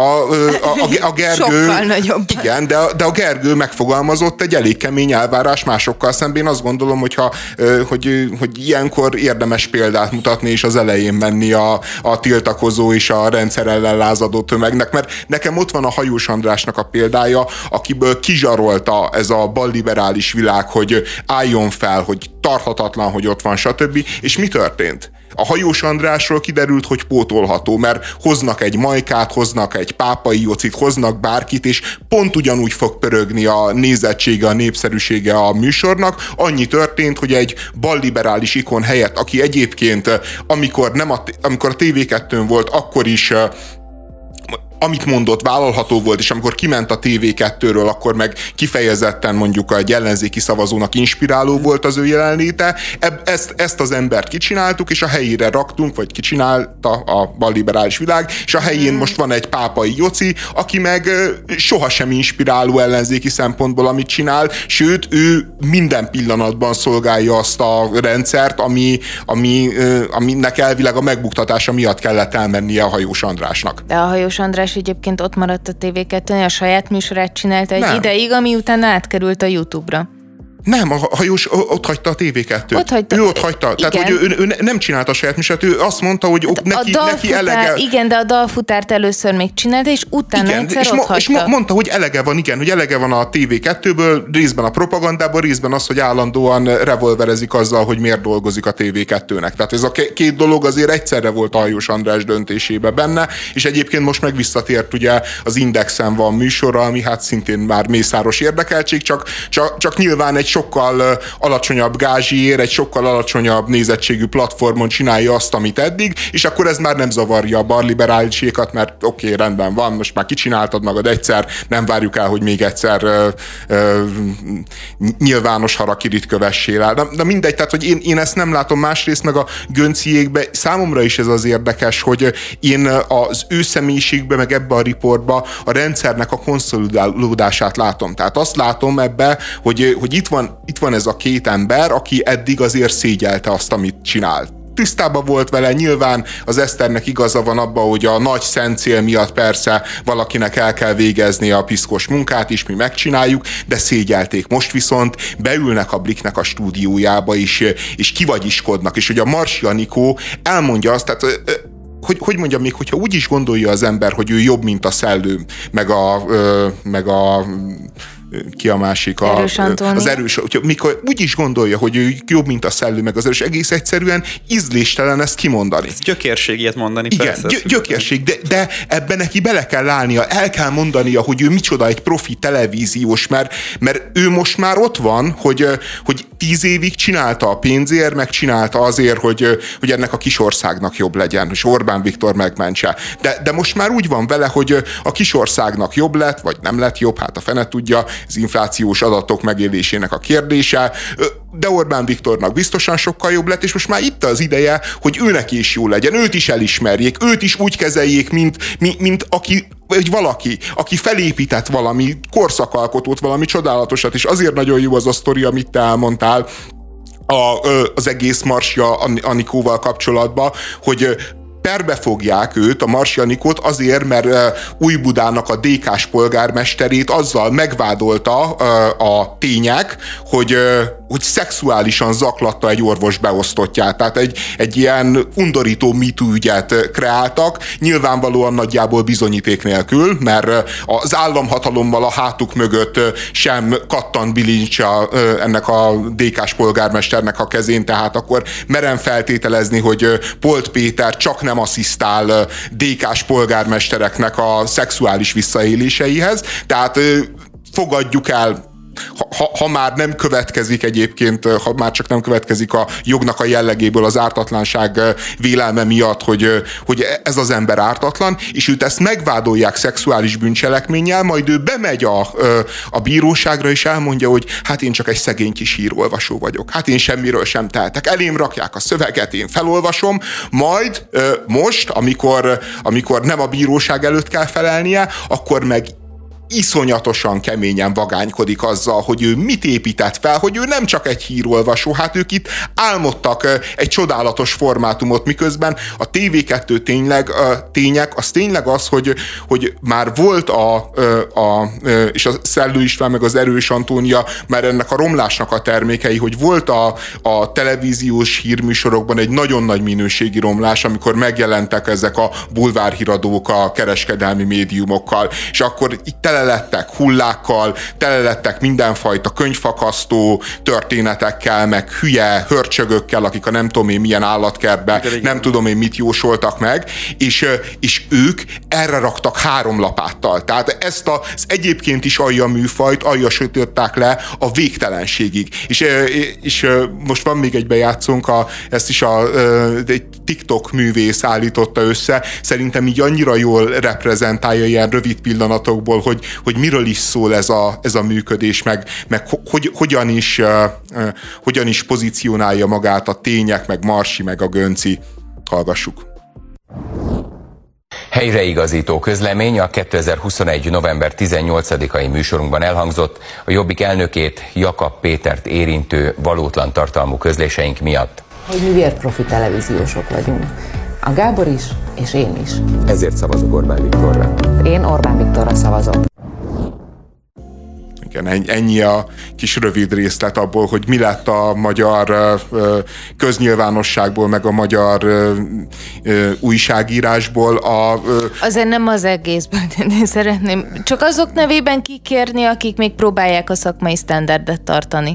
a Gergő... Sokkal nagyobb. Igen, de a Gergő megfogalmazott egy elég kemény elvárás másokkal szemben. Azt gondolom, hogy ilyenkor érdemes példát mutatni, és az elején menni a tiltakozó és a rendszer ellen lázadó tömegnek, mert nekem ott van a Hajós Andrásnak a példája, akiből kizsarolta ez a balliberális világ, hogy álljon fel, hogy tarthatatlan, hogy ott van, stb. És mi történt? A Hajós Andrásról kiderült, hogy pótolható, mert hoznak egy Majkát, hoznak egy Pápai Jocit, hoznak bárkit, és pont ugyanúgy fog pörögni a nézettsége, a népszerűsége a műsornak. Annyi történt, hogy egy balliberális ikon helyett, aki egyébként, amikor a TV2-n volt, akkor is amit mondott, vállalható volt, és amikor kiment a TV2-ről, akkor meg kifejezetten mondjuk egy ellenzéki szavazónak inspiráló volt az ő jelenléte. Ezt az embert kicsináltuk, és a helyére raktunk, vagy kicsinálta a balliberális világ, és a helyén most van egy Pápai Joci, aki meg sohasem inspiráló ellenzéki szempontból, amit csinál, sőt, ő minden pillanatban szolgálja azt a rendszert, aminek elvileg a megbuktatása miatt kellett elmennie a Hajós Andrásnak. De a Hajós András egyébként ott maradt a TV2-n, a saját műsorát csinálta egy ideig, ami utána átkerült a YouTube-ra. Nem, a Hajós ott hagyta a TV2-t. Ő ott hagyta. Igen. Tehát, hogy ő nem csinálta a saját műsorát, ő azt mondta, hogy neki elege... Igen, de a dalfutárt először még csinálta, és utána egyszer ott hagyta. És mondta, hogy elege van, igen, hogy elege van a TV2-ből, részben a propagandából, részben az, hogy állandóan revolverezik azzal, hogy miért dolgozik a TV2-nek. Tehát ez a két dolog azért egyszerre volt a Hajós András döntésébe benne, és egyébként most meg visszatért ugye az Indexen van műsora, ami hát szintén már mészáros érdekeltség, csak nyilván egy sokkal alacsonyabb gázsiért, egy sokkal alacsonyabb nézettségű platformon csinálja azt, amit eddig, és akkor ez már nem zavarja a balliberálisékat, mert oké, rendben van, most már kicsináltad magad egyszer, nem várjuk el, hogy még egyszer nyilvános harakirit kövessél el. De mindegy, tehát, hogy én ezt nem látom, másrészt meg a Gönciékbe, számomra is ez az érdekes, hogy én az ő személyiségbe, meg ebbe a riportba a rendszernek a konszolidálódását látom. Tehát azt látom ebbe, hogy itt van ez a két ember, aki eddig azért szégyelte azt, amit csinált. Tisztában volt vele, nyilván az Eszternek igaza van abban, hogy a nagy szent cél miatt persze valakinek el kell végezni a piszkos munkát is, mi megcsináljuk, de szégyelték. Most viszont beülnek a Bliknek a stúdiójába is, és kivagyiskodnak, és hogy a Marsi Anikó elmondja azt, tehát hogy mondjam, még hogyha úgy is gondolja az ember, hogy ő jobb, mint a Szellő, meg a ki a másik? Az erős. Mikor úgy is gondolja, hogy ő jobb, mint a Szellő, meg az erős, egész egyszerűen ízléstelen ezt kimondani. Ez gyökérség ilyet mondani. Igen, persze. Gyökérség, de ebben neki bele kell állnia, el kell mondania, hogy ő micsoda egy profi televíziós, mert ő most már ott van, hogy 10 évig csinálta a pénzért, meg csinálta azért, hogy ennek a kis országnak jobb legyen, és Orbán Viktor megmentse. De most már úgy van vele, hogy a kis országnak jobb lett, vagy nem lett jobb, hát a fene tudja, az inflációs adatok megélésének a kérdése, de Orbán Viktornak biztosan sokkal jobb lett, és most már itt az ideje, hogy őnek is jó legyen, őt is elismerjék, őt is úgy kezeljék, mint valaki, aki felépített valami korszakalkotót, valami csodálatosat, és azért nagyon jó az a sztori, amit te elmondtál az egész Marsi Anikóval kapcsolatban, hogy perbe fogják őt, a Marsi Anikót azért, mert Újbudának a DK-s polgármesterét azzal megvádolta a tények, hogy szexuálisan zaklatta egy orvos beosztottját. Tehát egy ilyen undorító MeToo ügyet kreáltak, nyilvánvalóan nagyjából bizonyíték nélkül, mert az államhatalommal a hátuk mögött sem kattan bilincs ennek a DK-s polgármesternek a kezén, tehát akkor merem feltételezni, hogy Polt Péter csak nem asszisztál DK-s polgármestereknek a szexuális visszaéléseihez, tehát fogadjuk el, ha már nem következik egyébként, ha már csak nem következik a jognak a jellegéből az ártatlanság vélelme miatt, hogy ez az ember ártatlan, és őt ezt megvádolják szexuális bűncselekménnyel, majd ő bemegy a bíróságra, és elmondja, hogy hát én csak egy szegény kis hírolvasó vagyok, hát én semmiről sem tehetek, elém rakják a szöveget, én felolvasom, majd most, amikor nem a bíróság előtt kell felelnie, akkor meg iszonyatosan keményen vagánykodik azzal, hogy ő mit épített fel, hogy ő nem csak egy hírolvasó, hát ők itt álmodtak egy csodálatos formátumot, miközben a TV2 tények, az tényleg az, hogy már volt és a Szellő István meg az Erős Antónia már ennek a romlásnak a termékei, hogy volt a televíziós hírműsorokban egy nagyon nagy minőségi romlás, amikor megjelentek ezek a bulvárhíradók a kereskedelmi médiumokkal, és akkor itt tele lettek hullákkal, tele lettek mindenfajta könyvfakasztó történetekkel, meg hülye hörcsögökkel, akik a nem tudom én milyen állatkertbe, nem tudom én mit jósoltak meg, és ők erre raktak 3 lapáttal. Tehát ezt az egyébként is alja műfajt, aljasították le a végtelenségig. És most van még egy bejátszónk, ezt is egy TikTok művész állította össze, szerintem így annyira jól reprezentálja ilyen rövid pillanatokból, hogy miről is szól ez a működés, meg hogyan is pozícionálja magát a tények, meg Marsi, meg a Gönci. Hallgassuk. Helyreigazító közlemény a 2021. november 18-ai műsorunkban elhangzott a Jobbik elnökét, Jakab Pétert érintő valótlan tartalmú közléseink miatt. Hogy mi vérprofi televíziósok vagyunk. A Gábor is, és én is. Ezért szavazok Orbán Viktorra. Én Orbán Viktorra szavazok. Igen, ennyi a kis rövid részlet abból, hogy mi lett a magyar köznyilvánosságból, meg a magyar újságírásból. Azért nem az egészben, én szeretném csak azok nevében kikérni, akik még próbálják a szakmai sztenderdet tartani.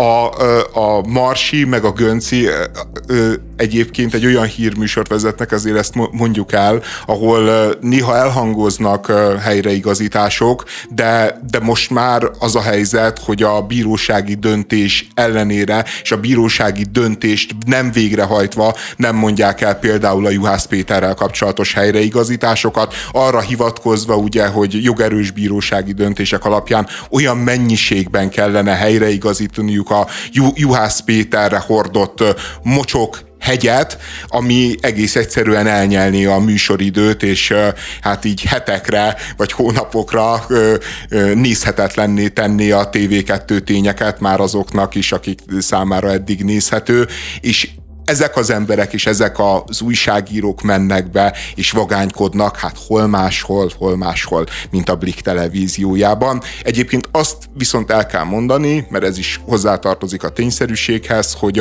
A Marsi meg a Gönci egyébként egy olyan hírműsort vezetnek, azért ezt mondjuk el, ahol néha elhangoznak helyreigazítások, de most már az a helyzet, hogy a bírósági döntés ellenére, és a bírósági döntést nem végrehajtva nem mondják el például a Juhász Péterrel kapcsolatos helyreigazításokat, arra hivatkozva ugye, hogy jogerős bírósági döntések alapján olyan mennyiségben kellene helyreigazítaniuk a Juhász Péterre hordott mocsok hegyet, ami egész egyszerűen elnyelné a műsoridőt, és hát így hetekre vagy hónapokra nézhetetlenné tenné a TV2 tényeket már azoknak is, akik számára eddig nézhető, és ezek az emberek és ezek az újságírók mennek be és vagánykodnak, hát hol máshol, mint a Blik televíziójában. Egyébként azt viszont el kell mondani, mert ez is hozzátartozik a tényszerűséghez, hogy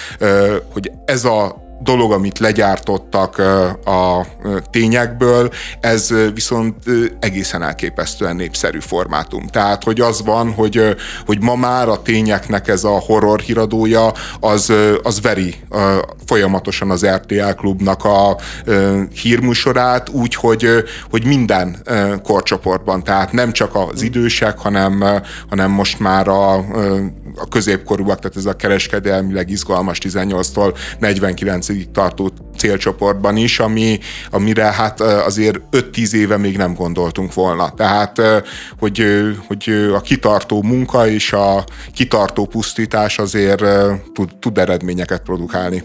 ez a dolog, amit legyártottak a tényekből, ez viszont egészen elképesztően népszerű formátum. Tehát, hogy az van, hogy ma már a tényeknek ez a horror híradója, az veri folyamatosan az RTL Klubnak a hírműsorát, úgy, hogy minden korcsoportban, tehát nem csak az idősek, hanem most már a középkorúak, tehát ez a kereskedelmileg izgalmas 18-tól 49-ig tartó célcsoportban is, amire hát azért 5-10 éve még nem gondoltunk volna. Tehát, hogy a kitartó munka és a kitartó pusztítás azért tud eredményeket produkálni.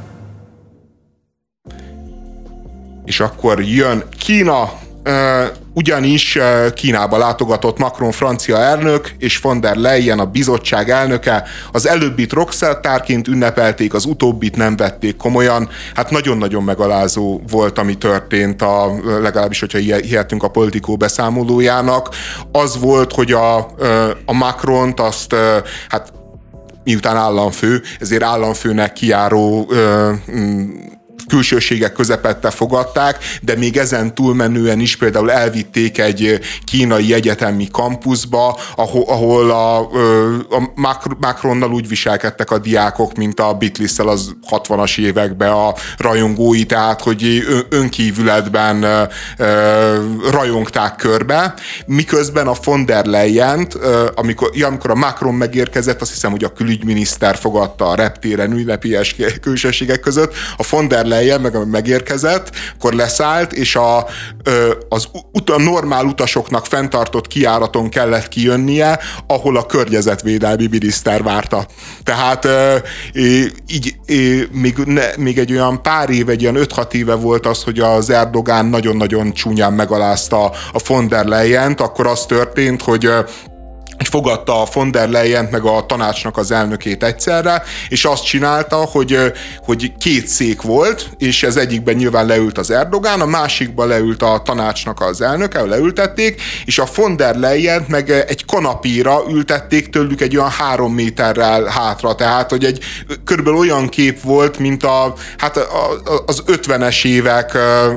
És akkor jön Kína. ugyanis Kínába látogatott Macron francia elnök és von der Leyen a bizottság elnöke. Az előbbit rockstarként ünnepelték, az utóbbit nem vették komolyan. Hát nagyon-nagyon megalázó volt, ami történt, legalábbis, hogyha hihetünk a Politico beszámolójának. Az volt, hogy a Macront azt, hát miután államfő, ezért államfőnek kijáró külsőségek közepette fogadták, de még ezen túlmenően is például elvitték egy kínai egyetemi kampuszba, ahol a Macronnal úgy viselkedtek a diákok, mint a Beatlesszel az 60-as években a rajongói, tehát hogy önkívületben rajongták körbe, miközben a von der Leyent, amikor a Macron megérkezett, azt hiszem, hogy a külügyminiszter fogadta a reptéren ünnepélyes külsőségek között, a von der Leyen megérkezett, akkor leszállt, és a normál utasoknak fenntartott kijáraton kellett kijönnie, ahol a környezetvédelmi miniszter várta. Tehát így még egy olyan pár éve, egy ilyen 5-6 éve volt az, hogy az Erdogán nagyon-nagyon csúnyán megalázta a von der Leyent, akkor az történt, hogy fogadta a von der Leyent meg a tanácsnak az elnökét egyszerre, és azt csinálta, hogy két szék volt, és ez egyikben nyilván leült az Erdogán, a másikban leült a tanácsnak az elnöke, az és a von der Leyent meg egy kanapéra ültették tőlük egy olyan 3 méterrel hátra, tehát hogy egy körülbelül olyan kép volt, mint az 50-es évek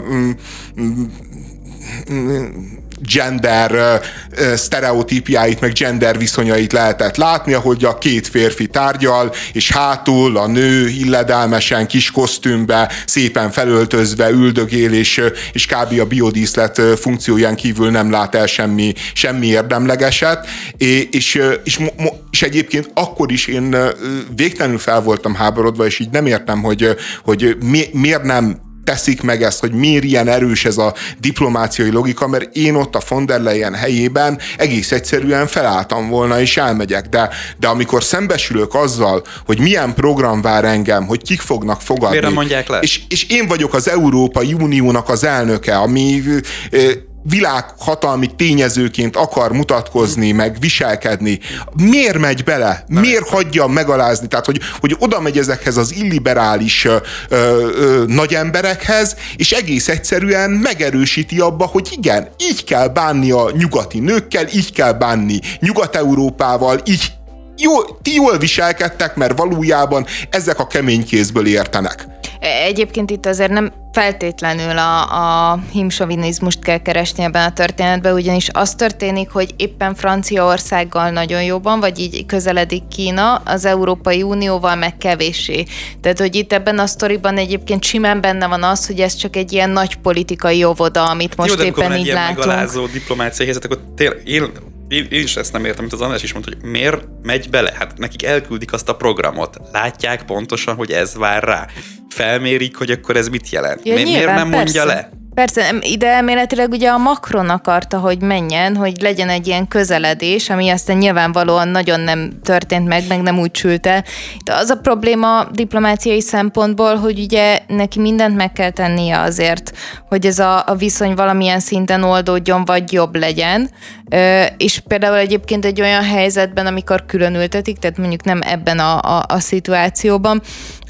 gender sztereotípiáit, meg gender viszonyait lehetett látni, ahogy a két férfi tárgyal, és hátul a nő illedelmesen, kis kosztümbe, szépen felöltözve üldögél, és kb. A biodíszlet funkcióján kívül nem lát el semmi érdemlegeset, és egyébként akkor is én végtelenül fel voltam háborodva, és így nem értem, hogy miért nem teszik meg ezt, hogy miért ilyen erős ez a diplomáciai logika, mert én ott a von der Leyen helyében egész egyszerűen felálltam volna, és elmegyek. De amikor szembesülök azzal, hogy milyen program vár engem, hogy kik fognak fogadni. Miért nem mondják le? És én vagyok az Európai Uniónak az elnöke, ami világhatalmi tényezőként akar mutatkozni, meg viselkedni. Miért megy bele? Miért hagyja megalázni? Tehát, hogy oda megy ezekhez az illiberális nagy emberekhez, és egész egyszerűen megerősíti abba, hogy igen, így kell bánni a nyugati nőkkel, így kell bánni Nyugat-Európával, így ti jól viselkedtek, mert valójában ezek a kemény kézből értenek. Egyébként itt azért nem feltétlenül a himsovinizmust kell keresni ebben a történetben, ugyanis az történik, hogy éppen Franciaországgal nagyon jóban, vagy így közeledik Kína, az Európai Unióval meg kevéssé. Tehát, hogy itt ebben a sztoriban egyébként simán benne van az, hogy ez csak egy ilyen nagy politikai óvoda, amit most jó, éppen így látunk. Jó, de megalázó diplomáciai helyzetek, akkor én is ezt nem értem, mint az András is mondta, hogy miért megy bele? Hát nekik elküldik azt a programot. Látják pontosan, hogy ez vár rá. Felmérik, hogy akkor ez mit jelent. Ja, miért nem mondja le? Persze, ide elméletileg ugye a Macron akarta, hogy menjen, hogy legyen egy ilyen közeledés, ami aztán nyilvánvalóan nagyon nem történt meg nem úgy sült el. De az a probléma diplomáciai szempontból, hogy ugye neki mindent meg kell tennie azért, hogy ez a viszony valamilyen szinten oldódjon, vagy jobb legyen. És például egyébként egy olyan helyzetben, amikor különültetik, tehát mondjuk nem ebben a szituációban,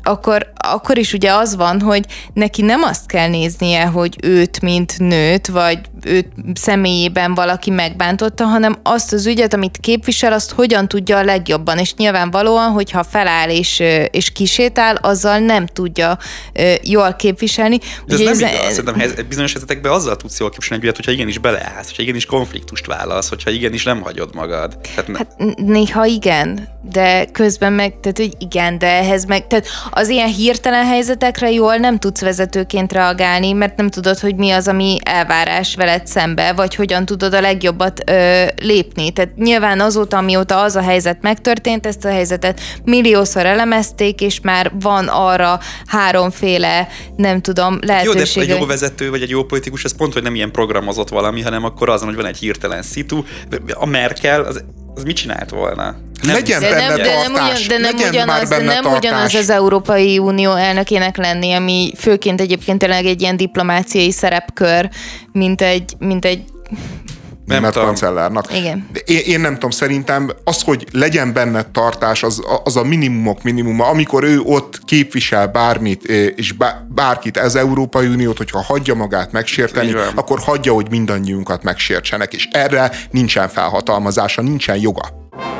akkor is ugye az van, hogy neki nem azt kell néznie, hogy őt, mint nőt, vagy őt személyében valaki megbántotta, hanem azt az ügyet, amit képvisel, azt hogyan tudja a legjobban. És nyilvánvalóan, hogyha feláll és kisétál, azzal nem tudja jól képviselni. De ugye ez nem igaz, szerintem bizonyos helyzetekben azzal tudsz jól képviselni egy ügyet, hogyha igenis beleállsz, hogyha igenis konfliktust válasz, hogyha igenis nem hagyod magad. Hát néha igen, de közben meg, tehát hogy igen, de ehhez meg, tehát az ilyen hirtelen helyzetekre jól nem tudsz vezetőként reagálni, mert nem tudod, hogy mi az, ami elvárás veled szembe, vagy hogyan tudod a legjobbat lépni. Tehát nyilván azóta, amióta az a helyzet megtörtént, ezt a helyzetet milliószor elemezték, és már van arra 3 nem tudom, lehetőség. Jó, de egy jó vezető, vagy egy jó politikus, ez pont, hogy nem ilyen programozott valami, hanem akkor azon, hogy van egy hirtelen szitu. A Merkel, az mit csinált volna? Legyen benne tartás. De nem ugyanaz az Európai Unió elnökének lenni, ami főként egyébként tényleg egy ilyen diplomáciai szerepkör, mint egy német kancellárnak. Igen. Én nem tudom, szerintem az, hogy legyen benne tartás, az a minimumok minimuma. Amikor ő ott képvisel bármit, és bárkit, ez Európai Uniót, hogyha hagyja magát megsérteni, akkor hagyja, hogy mindannyiunkat megsértsenek, és erre nincsen felhatalmazása, nincsen joga.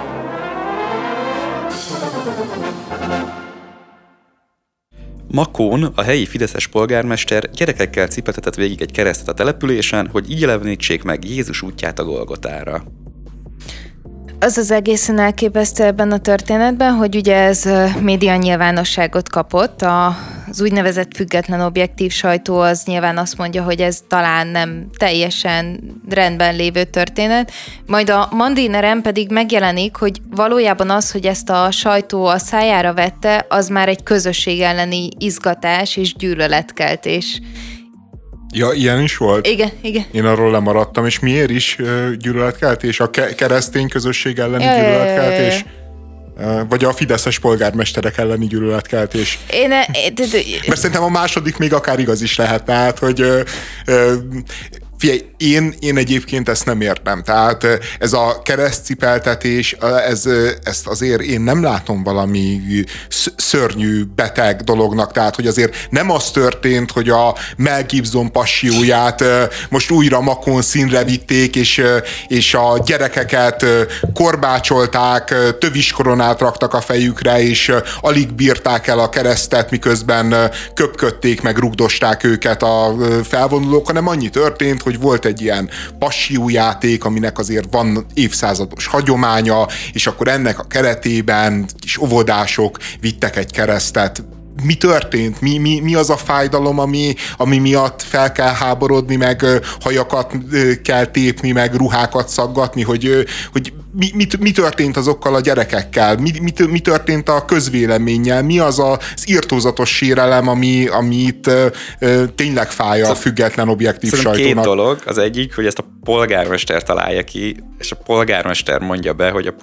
Makón a helyi fideszes polgármester gyerekekkel cipeltetett végig egy keresztet a településen, hogy így jelenítsék meg Jézus útját a Golgotára. Az az egészen elképesztő ebben a történetben, hogy ugye ez média nyilvánosságot kapott, az úgynevezett független objektív sajtó az nyilván azt mondja, hogy ez talán nem teljesen rendben lévő történet, majd a Mandineren pedig megjelenik, hogy valójában az, hogy ezt a sajtó a szájára vette, az már egy közösség elleni izgatás és gyűlöletkeltés. Ja, ilyen is volt? Igen. Én arról lemaradtam, és miért is gyűlöletkeltés? A keresztény közösség elleni gyűlöletkeltés? Vagy a fideszes polgármesterek elleni gyűlöletkeltés? Mert szerintem a második még akár igaz is lehet, tehát, hogy figyelj, én egyébként ezt nem értem. Tehát ez a keresztcipeltetés, ezt azért én nem látom valami szörnyű, beteg dolognak. Tehát, hogy azért nem az történt, hogy a Mel Gibson passióját most újra Makón színre vitték, és a gyerekeket korbácsolták, töviskoronát raktak a fejükre, és alig bírták el a keresztet, miközben köpködték, meg rugdosták őket a felvonulók, hanem annyi történt, hogy volt egy ilyen passiójáték, aminek azért van évszázados hagyománya, és akkor ennek a keretében kis óvodások vittek egy keresztet. Mi történt? Mi az a fájdalom, ami miatt fel kell háborodni, meg hajakat kell tépni, meg ruhákat szaggatni, hogy mi történt azokkal a gyerekekkel? Mi történt a közvéleménnyel? Mi az az irtózatos sérelem, amit tényleg fáj a független objektív sajtónak? Két dolog. Az egyik, hogy ezt a polgármester találja ki, és a polgármester mondja be, hogy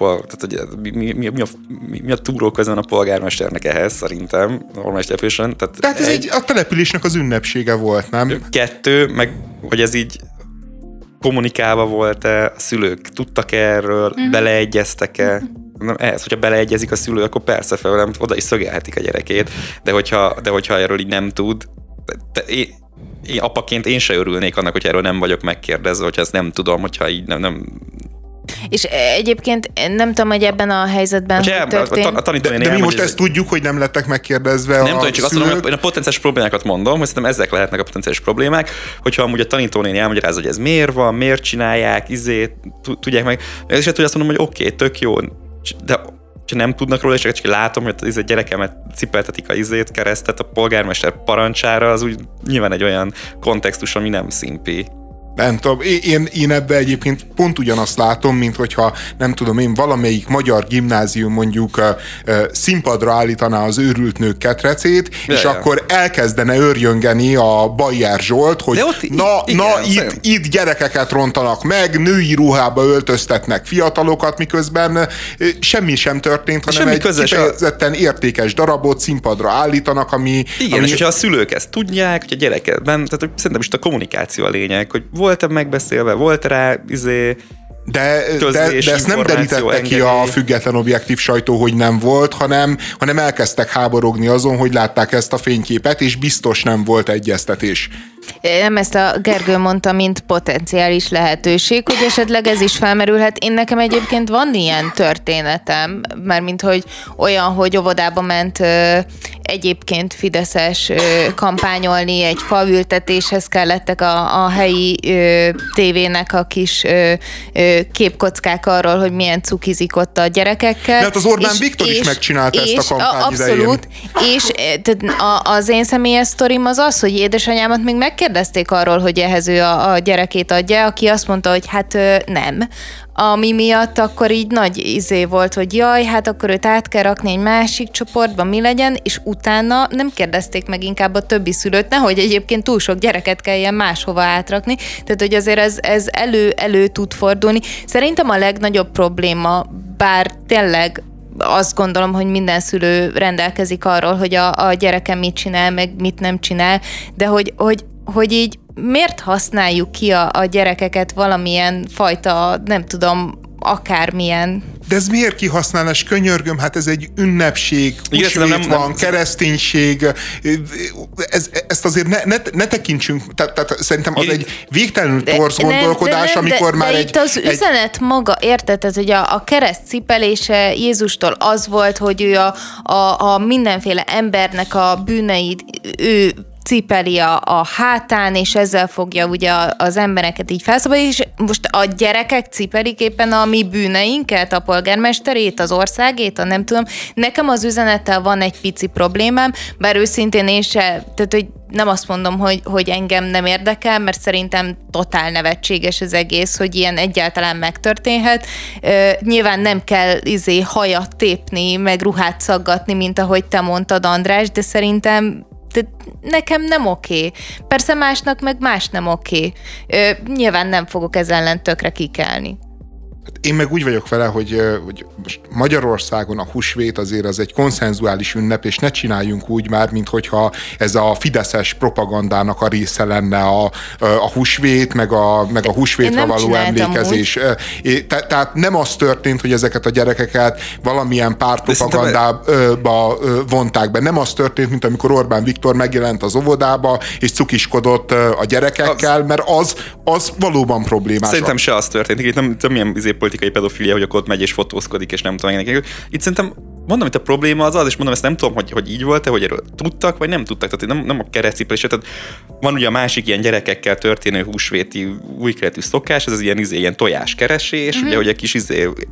mi a túró közben a polgármesternek ehhez, szerintem, normális településen. Tehát ez a településnek az ünnepsége volt, nem? Kettő, meg hogy ez így kommunikálva volt-e, a szülők tudtak erről, beleegyeztek-e? Ez, hogyha beleegyezik a szülő, akkor persze felem, oda is szögelhetik a gyerekét, de hogyha erről így nem tud, én apaként én se örülnék annak, hogy erről nem vagyok megkérdezve, hogyha ezt nem tudom, hogyha így nem. És egyébként nem tudom, hogy ebben a helyzetben történt. De mi most ezt tudjuk, hogy nem lettek megkérdezve nem tudom, csak azt mondom, hogy én a potenciális problémákat mondom, hogy szerintem ezek lehetnek a potenciális problémák, hogyha amúgy a tanítónéni elmagyarázza, hogy ez miért van, miért csinálják, tudják meg. És hát, hogy azt mondom, hogy oké, tök jó, de ha nem tudnak róla, és csak látom, hogy a gyerekemet cipeltetik a keresztet a polgármester parancsára, az úgy nyilván egy olyan kontextus, ami nem szimpi. Nem tudom, én ebbe egyébként pont ugyanazt látom, mint hogyha nem tudom én, valamelyik magyar gimnázium mondjuk színpadra állítaná az őrült nők ketrecét, és akkor elkezdene őrjöngeni a Bajer Zsolt, hogy itt gyerekeket rontanak meg, női ruhába öltöztetnek fiatalokat, miközben semmi sem történt, hanem egy kifejezetten értékes darabot színpadra állítanak, ami... Igen, és hogyha a szülők ezt tudják, hogy a gyerekekben, tehát szerintem is a kommunikáció a lényeg, hogy volt-e megbeszélve, volt rá de ezt nem derítette ki a független objektív sajtó, hogy nem volt, hanem elkezdtek háborogni azon, hogy látták ezt a fényképet, és biztos nem volt egyeztetés. Nem ezt a Gergő mondta, mint potenciális lehetőség, hogy esetleg ez is felmerülhet. Én nekem egyébként van ilyen történetem, mármint hogy olyan, hogy óvodába ment egyébként fideszes kampányolni, egy faültetéshez kellettek a helyi tévének a kis képkockák arról, hogy milyen cukizik ott a gyerekekkel. De hát az Orbán Viktor is megcsinálta ezt a kampány abszolút, idején. És az én személyes sztorim az, hogy édesanyámat még megkérdezték arról, hogy ehhez ő a gyerekét adja, aki azt mondta, hogy hát nem. Ami miatt akkor így nagy volt, hogy jaj, hát akkor őt át kell rakni egy másik csoportba, mi legyen, és utána nem kérdezték meg inkább a többi szülőt, nehogy egyébként túl sok gyereket kelljen máshova átrakni. Tehát, hogy azért ez elő tud fordulni. Szerintem a legnagyobb probléma, bár tényleg azt gondolom, hogy minden szülő rendelkezik arról, hogy a gyereke mit csinál, meg mit nem csinál, de hogy így miért használjuk ki a gyerekeket valamilyen fajta, nem tudom, akármilyen. De ez miért kihasználás, könyörgöm? Hát ez egy ünnepség, húsvét van, kereszténység. Ezt azért ne tekintsünk, tehát szerintem az egy végtelenül torz gondolkodás, amikor már itt az üzenet maga, érted? Tehát, hogy a kereszt cipelése Jézustól az volt, hogy ő a mindenféle embernek a bűneit, ő cipeli a hátán, és ezzel fogja ugye az embereket így felszabadítani, és most a gyerekek cipelik éppen a mi bűneinket, a polgármesterét, az országét, a nem tudom. Nekem az üzenettel van egy pici problémám, bár őszintén én se, tehát hogy nem azt mondom, hogy engem nem érdekel, mert szerintem totál nevetséges az egész, hogy ilyen egyáltalán megtörténhet. Nyilván nem kell hajat tépni, meg ruhát szaggatni, mint ahogy te mondtad, András, de szerintem nekem nem oké. Persze másnak meg más nem oké. Nyilván nem fogok ez ellen tökre kikelni. Én meg úgy vagyok vele, hogy most Magyarországon a húsvét azért az egy konszenzuális ünnep, és ne csináljunk úgy már, mint hogyha ez a fideszes propagandának a része lenne a húsvét, meg a húsvétra való emlékezés. Tehát nem az történt, hogy ezeket a gyerekeket valamilyen pártpropagandába vonták be. Nem az történt, mint amikor Orbán Viktor megjelent az óvodába, és cukiskodott a gyerekekkel, mert az valóban problémás. Szerintem se az történt. Itt nem ilyen politikai pedofilia, hogy akkor ott megy és fotózkodik, és nem tudom. Itt szerintem mondom, hogy a probléma az, és mondom, ezt nem tudom, hogy így volt-e, hogy erről tudtak, vagy nem tudtak. Tehát nem a keresztcipelés. Tehát van ugye a másik ilyen gyerekekkel történő húsvéti újkeletű szokás, ez az ilyen tojáskeresés, ugye, hogy egy kis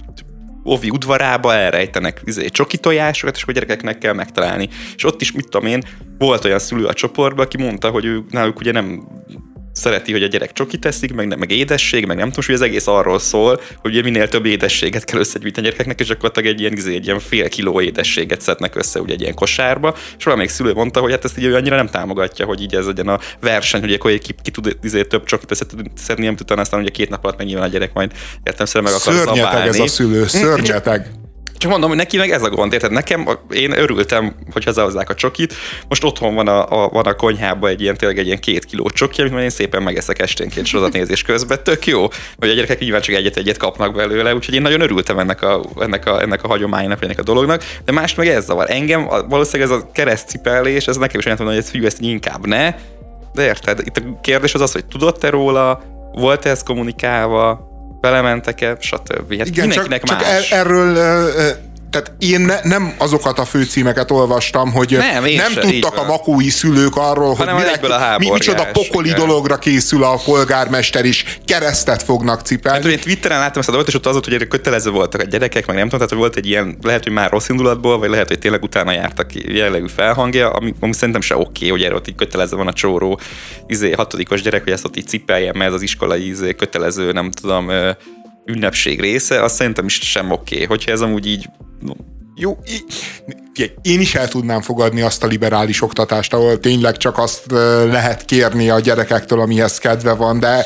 ovi udvarába elrejtenek csoki tojásokat, és akkor a gyerekeknek kell megtalálni. És ott is, mit tudom én, volt olyan szülő a csoportban, aki mondta, hogy náluk ugye nem szereti, hogy a gyerek csokit teszik, meg édesség, meg nem tudom, hogy az egész arról szól, hogy ugye minél több édességet kell összegyűjteni a gyerekeknek, és akkor egy ilyen fél kiló édességet szednek össze ugye egy ilyen kosárba, és valamelyik szülő mondta, hogy hát ezt így annyira nem támogatja, hogy így ez legyen a verseny, hogy akkor ki tud több csokit szedni, nem tudta, aztán ugye 2 nap alatt meg nyilván a gyerek majd értelemszerűen meg akar zabálni. Szörnyeteg ez a szülő, szörnyeteg. Csak mondom, hogy neki meg ez a gond, érted? Nekem, én örültem, hogy hazahozzák a csokit. Most otthon van a konyhában tényleg egy ilyen 2 kiló csoki, amit én szépen megeszek esténként sorozatnézés közben. Tök jó, hogy a gyerekek nyilván csak egyet kapnak belőle, úgyhogy én nagyon örültem ennek a hagyománynak, ennek a dolognak, de más meg ez zavar. Engem valószínűleg ez a keresztcipelés, ez nekem is olyan mondom, hogy ez fiú, ezt inkább ne. De érted? Itt a kérdés az, hogy tudott-e róla, volt-e ez kommunikálva, belementek-e, stb. Hát igen, csak erről, tehát én nem azokat a főcímeket olvastam, hogy nem tudtak a makói szülők arról, hogy micsoda pokoli dologra készül a polgármester is, keresztet fognak cipelni. Hát, én Twitteren láttam ezt a dolgot, és ott az volt, hogy kötelező voltak a gyerekek, meg nem tudom, tehát hogy volt egy ilyen, lehet, hogy már rossz indulatból, vagy lehet, hogy tényleg utána jártak jellegű felhangja, ami szerintem se oké, hogy erről ott így kötelező van a csóró 6-os gyerek, hogy ezt ott így cipeljen, mert ez az iskolai kötelező, nem tudom, ünnepség része, azt szerintem is sem oké, hogyha ez amúgy így jó, én is el tudnám fogadni azt a liberális oktatást, ahol tényleg csak azt lehet kérni a gyerekektől, amihez kedve van, de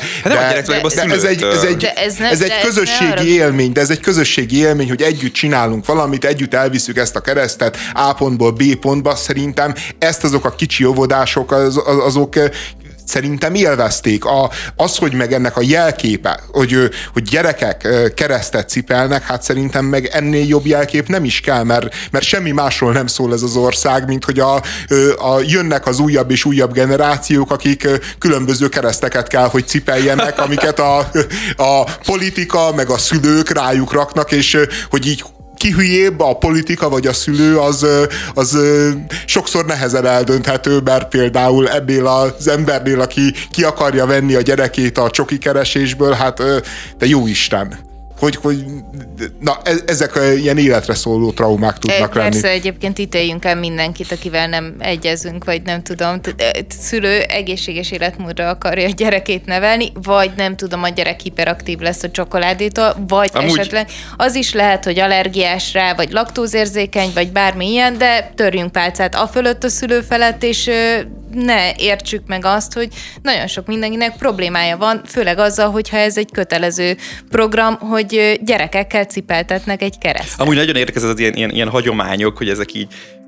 ez egy közösségi élmény, de ez egy közösségi élmény, hogy együtt csinálunk valamit, együtt elviszük ezt a keresztet A pontból B pontba, szerintem ezt azok a kicsi óvodások, azok szerintem élvezték. Az, hogy meg ennek a jelképe, hogy gyerekek keresztet cipelnek, hát szerintem meg ennél jobb jelkép nem is kell, mert semmi másról nem szól ez az ország, mint hogy jönnek az újabb és újabb generációk, akik különböző kereszteket kell, hogy cipeljenek, amiket a politika meg a szülők rájuk raknak, és hogy így ki hülyébb, a politika vagy a szülő, az sokszor nehezen eldönthető, mert például ennél az embernél, aki ki akarja venni a gyerekét a csoki keresésből, hát de jó Isten. Na, ezek ilyen életre szóló traumák tudnak lenni. Persze, egyébként ítéljünk el mindenkit, akivel nem egyezünk, vagy nem tudom. Szülő egészséges életmódra akarja a gyerekét nevelni, vagy nem tudom, a gyerek hiperaktív lesz a csokoládétól, vagy esetleg az is lehet, hogy allergiás rá, vagy laktózérzékeny, vagy bármi ilyen, de törjünk pálcát a fölött, a szülő felett, és ne értsük meg azt, hogy nagyon sok mindenkinek problémája van, főleg azzal, hogyha ez egy kötelező program, hogy gyerekekkel cipeltetnek egy keresztet. Amúgy nagyon érdekes az ilyen hagyományok, hogy ezek így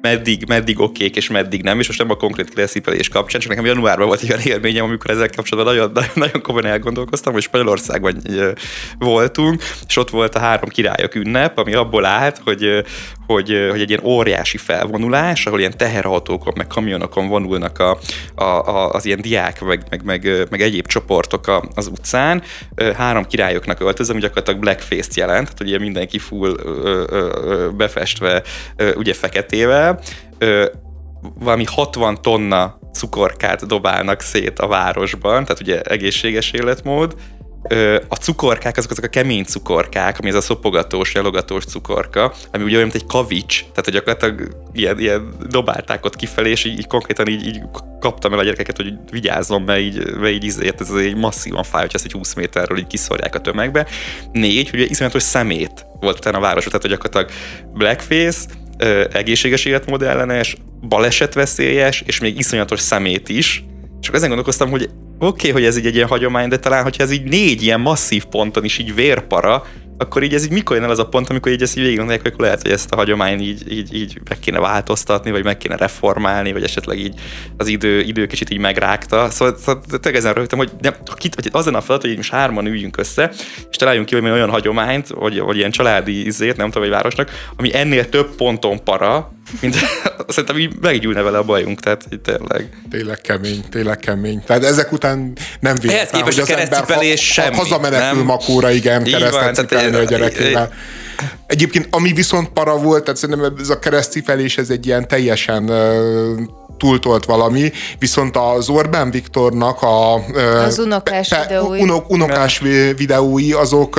meddig okék és meddig nem, és most nem a konkrét keresztcipelés kapcsán, csak nekem januárban volt egy olyan élményem, amikor ezzel kapcsolatban nagyon komolyan elgondolkoztam, hogy Spanyolországban voltunk, és ott volt a 3 királyok ünnep, ami abból állt, hogy egy ilyen óriási felvonulás, ahol ilyen teherautókon, meg kamionokon vonulnak az ilyen diák, meg egyéb csoportok az utcán. 3 királyoknak öltözöm, gyakorlatilag blackface-t jelent, tehát hogy mindenki full befestve, ugye feketével. Valami 60 tonna cukorkát dobálnak szét a városban, tehát ugye egészséges életmód. A cukorkák, azok a kemény cukorkák, ami ez a szopogatós, jalogatós cukorka, ami ugye olyan, mint egy kavics, tehát hogy gyakorlatilag ilyen dobálták ott kifelé, és így konkrétan így kaptam el a gyerekeket, hogy vigyázzon, mert így ez egy masszívan fáj, hogy ezt egy 20 méterről így kiszorják a tömegbe. 4, hogy iszonyatos szemét volt utána a városban, tehát hogy gyakorlatilag blackface, egészséges életmód ellenes, balesetveszélyes, és még iszonyatos szemét is. Csak ezen gondolkoztam, hogy oké, hogy ez így egy ilyen hagyomány, de talán, hogyha ez így 4 ilyen masszív ponton is így vérpara, akkor így ez így mikor jön el az a pont, amikor így ezt így végig gondolják, hogy akkor lehet, hogy ezt a hagyományt így meg kéne változtatni, vagy meg kéne reformálni, vagy esetleg így az idő kicsit így megrágta. Szóval tényleg ezen rögtem, hogy az lenne a feladat, hogy most 3-an üljünk össze, és találjunk ki olyan hagyományt, vagy ilyen családi nem tudom, egy városnak, ami ennél több ponton para, mint szerintem így meggyűlne vele a bajunk, tehát tényleg. Tényleg kemény. Tehát ezek után nem véletlen, hogy az ember hazamenekül Makóra, igen, keresztet cipelni a gyerekével. Egyébként, ami viszont para volt, tehát szerintem ez a keresztcipelés, ez egy ilyen teljesen túltolt valami, viszont az Orbán Viktornak az unokás videói. Unokás videói, azok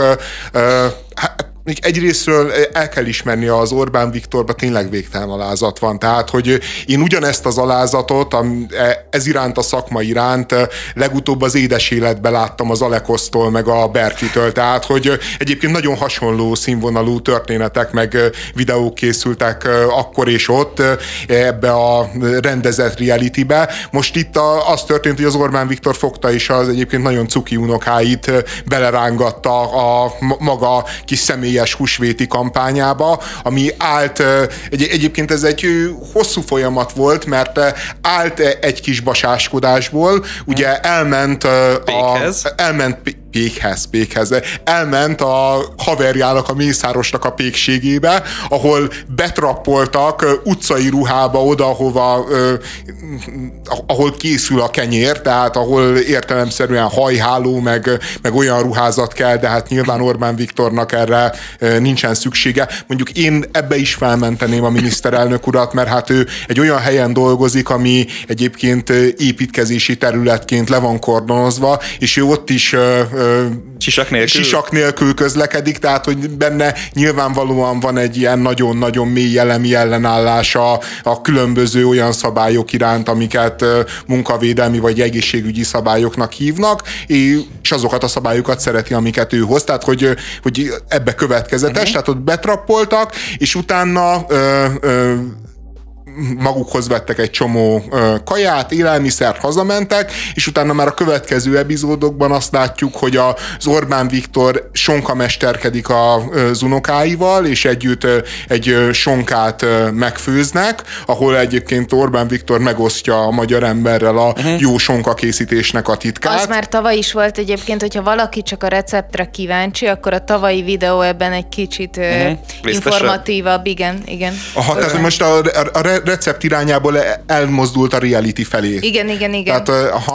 egyrésztről el kell ismerni, az Orbán Viktorban tényleg végtelen alázat van. Tehát, hogy én ugyanezt az alázatot, ez iránt, a szakma iránt legutóbb az édes életben láttam az Alekosztól, meg a Berkitől. Tehát, hogy egyébként nagyon hasonló színvonalú történetek, meg videók készültek akkor és ott ebbe a rendezett realitybe. Most itt az történt, hogy az Orbán Viktor fogta és az egyébként nagyon cuki unokáit belerángatta a maga kis személyes húsvéti kampányába, ami állt, egyébként ez egy hosszú folyamat volt, mert állt egy kis basáskodásból, ugye elment elment a haverjának, a Mészárosnak a pékségébe, ahol betrappoltak utcai ruhába oda, ahol készül a kenyér, tehát ahol értelemszerűen hajháló, meg olyan ruházat kell, de hát nyilván Orbán Viktornak erre nincsen szüksége. Mondjuk én ebbe is felmenteném a miniszterelnök urat, mert hát ő egy olyan helyen dolgozik, ami egyébként építkezési területként le van kordonozva, és ő ott is sisak nélkül közlekedik, tehát hogy benne nyilvánvalóan van egy ilyen nagyon-nagyon mély elemi ellenállása a különböző olyan szabályok iránt, amiket munkavédelmi vagy egészségügyi szabályoknak hívnak, és azokat a szabályokat szereti, amiket ő hoz, tehát hogy ebbe következetes, tehát ott betrappoltak, és utána magukhoz vettek egy csomó kaját, élelmiszert, hazamentek, és utána már a következő epizódokban azt látjuk, hogy az Orbán Viktor sonkamesterkedik az unokáival, és együtt egy sonkát megfőznek, ahol egyébként Orbán Viktor megosztja a magyar emberrel a jó sonka készítésnek a titkát. Az már tavaly is volt egyébként, hogyha valaki csak a receptre kíváncsi, akkor a tavalyi videó ebben egy kicsit informatívabb, igen. Aha, tehát most a recept irányából elmozdult a reality felé. Igen. Tehát,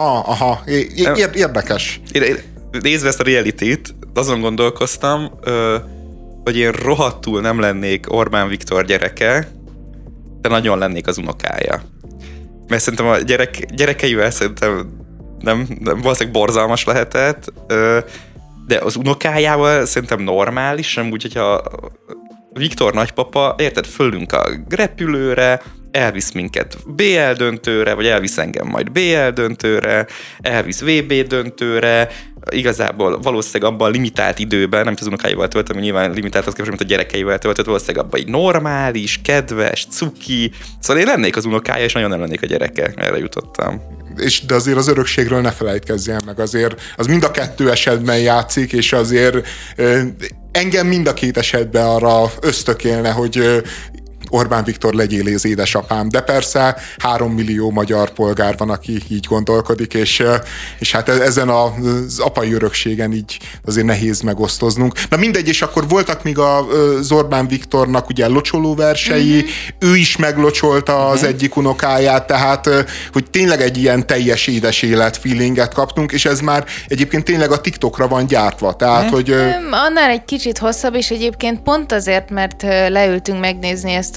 érdekes. Nézve ezt a reality-t, azon gondolkoztam, hogy én rohadtul nem lennék Orbán Viktor gyereke, de nagyon lennék az unokája. Mert szerintem a gyerekeivel szerintem nem valószínűleg borzalmas lehetett, de az unokájával szerintem normális, nem úgy, hogyha Viktor nagypapa, érted, fölünk a repülőre, elvisz minket BL döntőre, vagy elvisz engem majd BL döntőre, elvisz VB döntőre, igazából valószínűleg abban a limitált időben, nem az unokáival töltöm, nyilván limitált az képest, mint a gyerekeivel töltött, valószínűleg abban egy normális, kedves, cuki, szóval én lennék az unokája, és nagyon nem lennék a gyereke, erre jutottam. De azért az örökségről ne felejtkezzél meg, azért az mind a 2 esetben játszik, és azért engem mind a 2 esetben arra ösztökélne, hogy Orbán Viktor, legyél az édesapám. De persze 3 millió magyar polgár van, aki így gondolkodik, és hát ezen az apai örökségen így azért nehéz megosztoznunk. Na mindegy, és akkor voltak még az Orbán Viktornak ugye locsoló versei, ő is meglocsolta az egyik unokáját, tehát hogy tényleg egy ilyen teljes édes élet feelinget kaptunk, és ez már egyébként tényleg a TikTokra van gyártva, tehát hogy... Annál egy kicsit hosszabb, és egyébként pont azért, mert leültünk megnézni ezt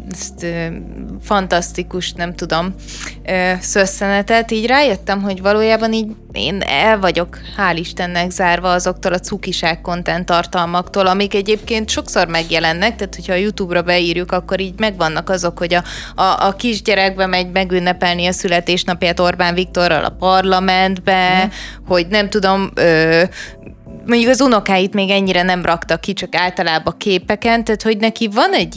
fantasztikus, nem tudom, szösszenetet, így rájöttem, hogy valójában így én el vagyok, hál' Istennek zárva azoktól a cukiság content tartalmaktól, amik egyébként sokszor megjelennek, tehát hogyha a YouTube-ra beírjuk, akkor így megvannak azok, hogy a kisgyerekbe megy megünnepelni a születésnapját Orbán Viktorral a parlamentbe, hogy nem tudom, mondjuk az unokáit még ennyire nem rakta ki, csak általában képeken, tehát hogy neki van egy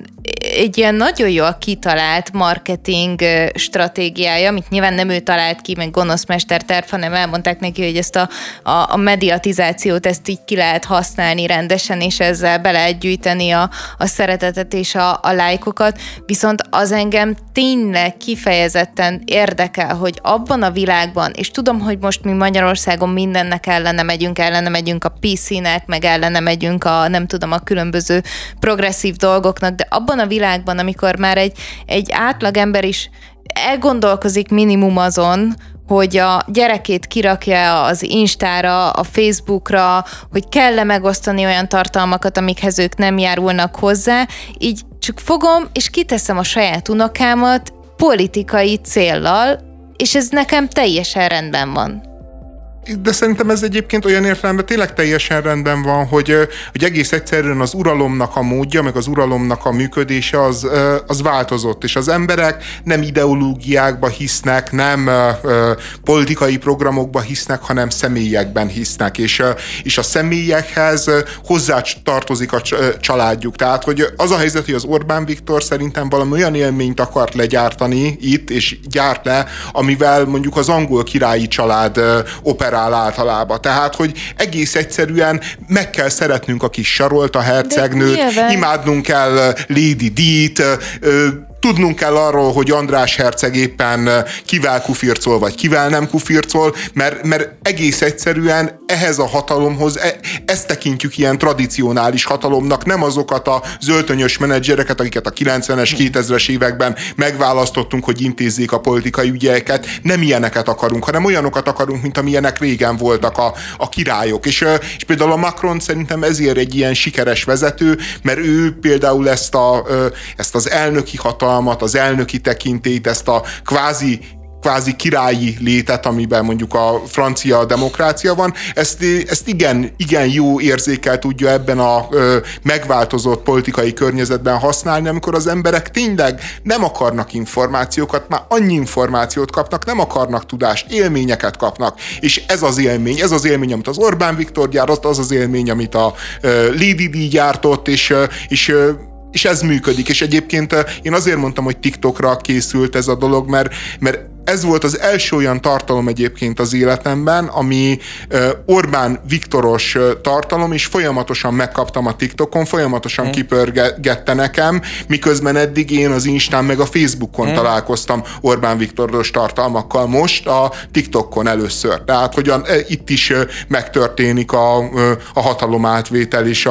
ilyen nagyon jól kitalált marketing stratégiája, amit nyilván nem ő talált ki, meg gonosz mesterterv, hanem elmondták neki, hogy ezt a mediatizációt, ezt így ki lehet használni rendesen, és ezzel be lehet gyűjteni a szeretetet és a lájkokat, viszont az engem tényleg kifejezetten érdekel, hogy abban a világban, és tudom, hogy most mi Magyarországon mindennek ellene megyünk a PC-nek, meg ellene megyünk nem tudom, a különböző progresszív dolgoknak, de abban a világban, amikor már egy átlagember is elgondolkozik minimum azon, hogy a gyerekét kirakja az Instára, a Facebookra, hogy kell-e megosztani olyan tartalmakat, amikhez ők nem járulnak hozzá, így csak fogom és kiteszem a saját unokámat politikai céllal, és ez nekem teljesen rendben van. De szerintem ez egyébként olyan értelemben tényleg teljesen rendben van, hogy egész egyszerűen az uralomnak a módja, meg az uralomnak a működése az változott, és az emberek nem ideológiákba hisznek, nem politikai programokba hisznek, hanem személyekben hisznek, és a személyekhez hozzá tartozik a családjuk. Tehát, hogy az a helyzet, hogy az Orbán Viktor szerintem valami olyan élményt akart legyártani itt, és gyárt le, amivel mondjuk az angol királyi család operál általában. Tehát, hogy egész egyszerűen meg kell szeretnünk a kis Sarolt, a hercegnőt, imádnunk kell Lady D-t, tudnunk kell arról, hogy András herceg éppen kivel kufircol, vagy kivel nem kufircol, mert egész egyszerűen ehhez a hatalomhoz, ezt tekintjük ilyen tradicionális hatalomnak, nem azokat a zöldönyös menedzsereket, akiket a 90-es, 2000-es években megválasztottunk, hogy intézzék a politikai ügyeket, nem ilyeneket akarunk, hanem olyanokat akarunk, mint amilyenek régen voltak a királyok. És például a Macron szerintem ezért egy ilyen sikeres vezető, mert ő például ezt az elnöki hatalmat, az elnöki tekintélyt, ezt a kvázi királyi létet, amiben mondjuk a francia demokrácia van, ezt igen jó érzékkel tudja ebben a megváltozott politikai környezetben használni, amikor az emberek tényleg nem akarnak információkat, már annyi információt kapnak, nem akarnak tudást, élményeket kapnak, és ez az élmény, amit az Orbán Viktor gyártott, az az élmény, amit a Lady Di gyártott, és ez működik, és egyébként én azért mondtam, hogy TikTokra készült ez a dolog, mert ez volt az első olyan tartalom egyébként az életemben, ami Orbán Viktoros tartalom, és folyamatosan megkaptam a TikTokon, folyamatosan kipörgette nekem, miközben eddig én az Instán meg a Facebookon találkoztam Orbán Viktoros tartalmakkal, most a TikTokon először. Tehát, hogy itt is megtörténik a hatalomátvétel és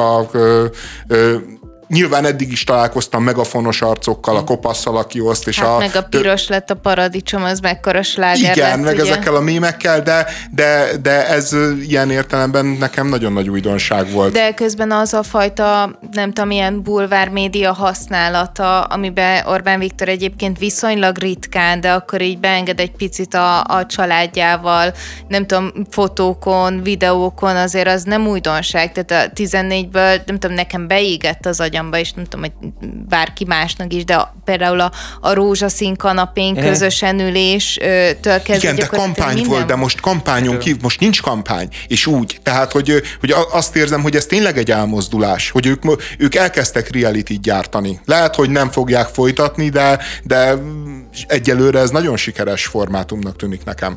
nyilván eddig is találkoztam megafonos arcokkal, a kopasszal, aki oszt, és meg a piros lett a paradicsom, az mekkora sláger igen, lett, meg ugye? Ezekkel a mémekkel, de ez ilyen értelemben nekem nagyon nagy újdonság volt. De közben az a fajta, nem tudom, ilyen bulvármédia használata, amiben Orbán Viktor egyébként viszonylag ritkán, de akkor így beenged egy picit a családjával, nem tudom, fotókon, videókon, azért az nem újdonság. Tehát a 14-ből, nem tudom, nekem beégett az agyamba, és nem tudom, hogy bárki másnak is, de például a rózsaszín kanapén közösen üléstől kezdve. Igen, de kampány volt, de most kampányon kívül, most nincs kampány, és úgy. Tehát, hogy azt érzem, hogy ez tényleg egy elmozdulás, hogy ők elkezdtek reality-t gyártani. Lehet, hogy nem fogják folytatni, de egyelőre ez nagyon sikeres formátumnak tűnik nekem.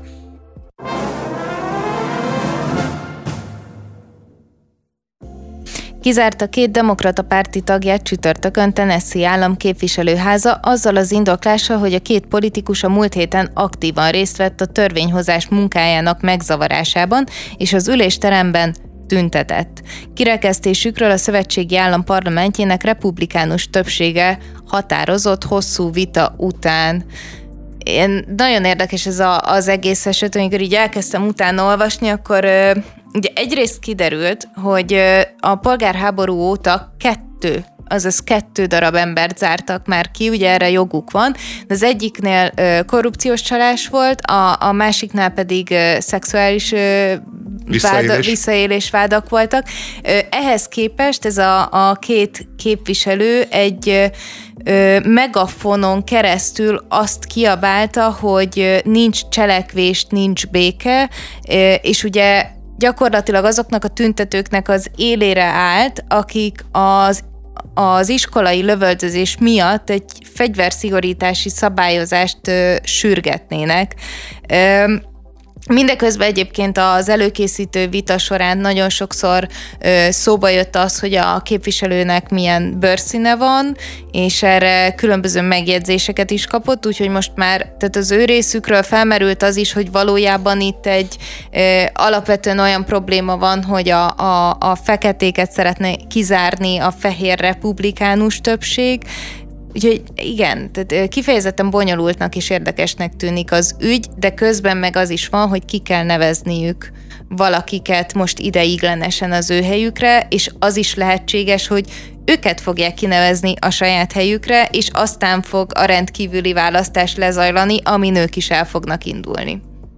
Kizárta 2 demokrata párti tagját csütörtökön Tennessee állam képviselőháza azzal az indoklással, hogy a 2 politikus a múlt héten aktívan részt vett a törvényhozás munkájának megzavarásában, és az ülésteremben tüntetett. Kirekesztésükről a szövetségi állam parlamentjének republikánus többsége határozott hosszú vita után. Nagyon érdekes ez az egész eset, amikor így elkezdtem utána olvasni, akkor ugye egyrészt kiderült, hogy a polgárháború óta 2 darab embert zártak már ki, ugye erre joguk van, de az egyiknél korrupciós csalás volt, a másiknál pedig szexuális visszaélés vádak voltak. Ehhez képest ez a 2 képviselő egy megafonon keresztül azt kiabálta, hogy nincs cselekvés, nincs béke, és ugye gyakorlatilag azoknak a tüntetőknek az élére állt, akik az iskolai lövöldözés miatt egy fegyverszigorítási szabályozást sürgetnének. Mindeközben egyébként az előkészítő vita során nagyon sokszor szóba jött az, hogy a képviselőnek milyen bőrszíne van, és erre különböző megjegyzéseket is kapott, úgyhogy most már tehát az ő részükről felmerült az is, hogy valójában itt egy alapvetően olyan probléma van, hogy a feketéket szeretne kizárni a fehér republikánus többség. Úgyhogy igen, tehát kifejezetten bonyolultnak és érdekesnek tűnik az ügy, de közben meg az is van, hogy ki kell nevezniük valakiket most ideiglenesen az ő helyükre, és az is lehetséges, hogy őket fogják kinevezni a saját helyükre, és aztán fog a rendkívüli választás lezajlani, amin ők is el fognak indulni.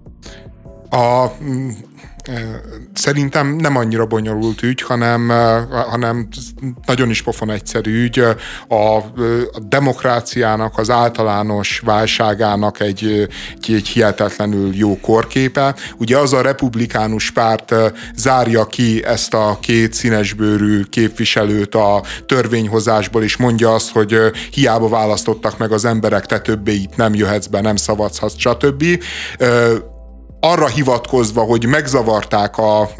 Szerintem nem annyira bonyolult ügy, hanem nagyon is pofon egyszerű ügy. A demokráciának, az általános válságának egy hihetetlenül jó korképe. Ugye az a republikánus párt zárja ki ezt a 2 színesbőrű képviselőt a törvényhozásból, és mondja azt, hogy hiába választottak meg az emberek, te többé itt nem jöhetsz be, nem szavazhatsz, stb. Arra hivatkozva, hogy megzavarták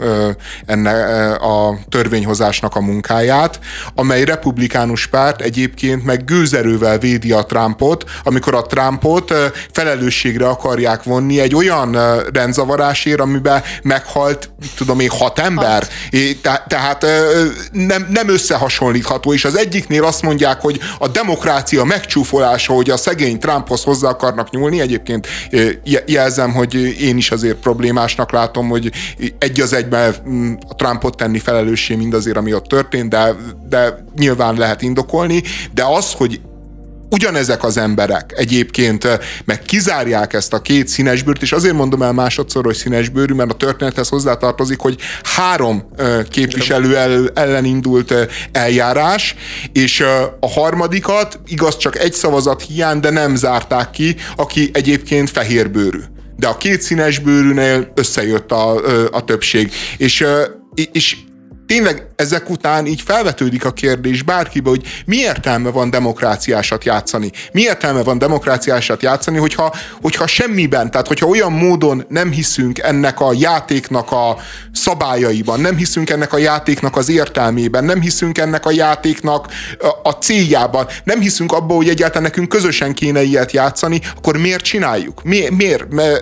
a törvényhozásnak a munkáját, amely republikánus párt egyébként meg gőzerővel védi a Trumpot, amikor a Trumpot felelősségre akarják vonni egy olyan rendzavarásért, amiben meghalt, 6 ember. Tehát nem összehasonlítható, és az egyiknél azt mondják, hogy a demokrácia megcsúfolása, hogy a szegény Trumphoz hozzá akarnak nyúlni. Egyébként jelzem, hogy én is azért problémásnak látom, hogy egy az egyben a Trumpot tenni felelőssé mindazért, ami ott történt, de nyilván lehet indokolni, de az, hogy ugyanezek az emberek egyébként meg kizárják ezt a 2 színesbőrt, és azért mondom el másodszor, hogy színesbőrű, mert a történethez hozzátartozik, hogy 3 képviselő ellen indult eljárás, és a harmadikat, igaz, csak egy szavazat hiány, de nem zárták ki, aki egyébként fehérbőrű. De a 2 színesbőrűnél összejött a többség. És tényleg ezek után így felvetődik a kérdés bárkibe, hogy mi értelme van demokráciásat játszani? Mi értelme van demokráciásat játszani, hogyha semmiben, tehát hogyha olyan módon nem hiszünk ennek a játéknak a szabályaiban, nem hiszünk ennek a játéknak az értelmében, nem hiszünk ennek a játéknak a céljában, nem hiszünk abban, hogy egyáltalán nekünk közösen kéne ilyet játszani, akkor miért csináljuk? Miért?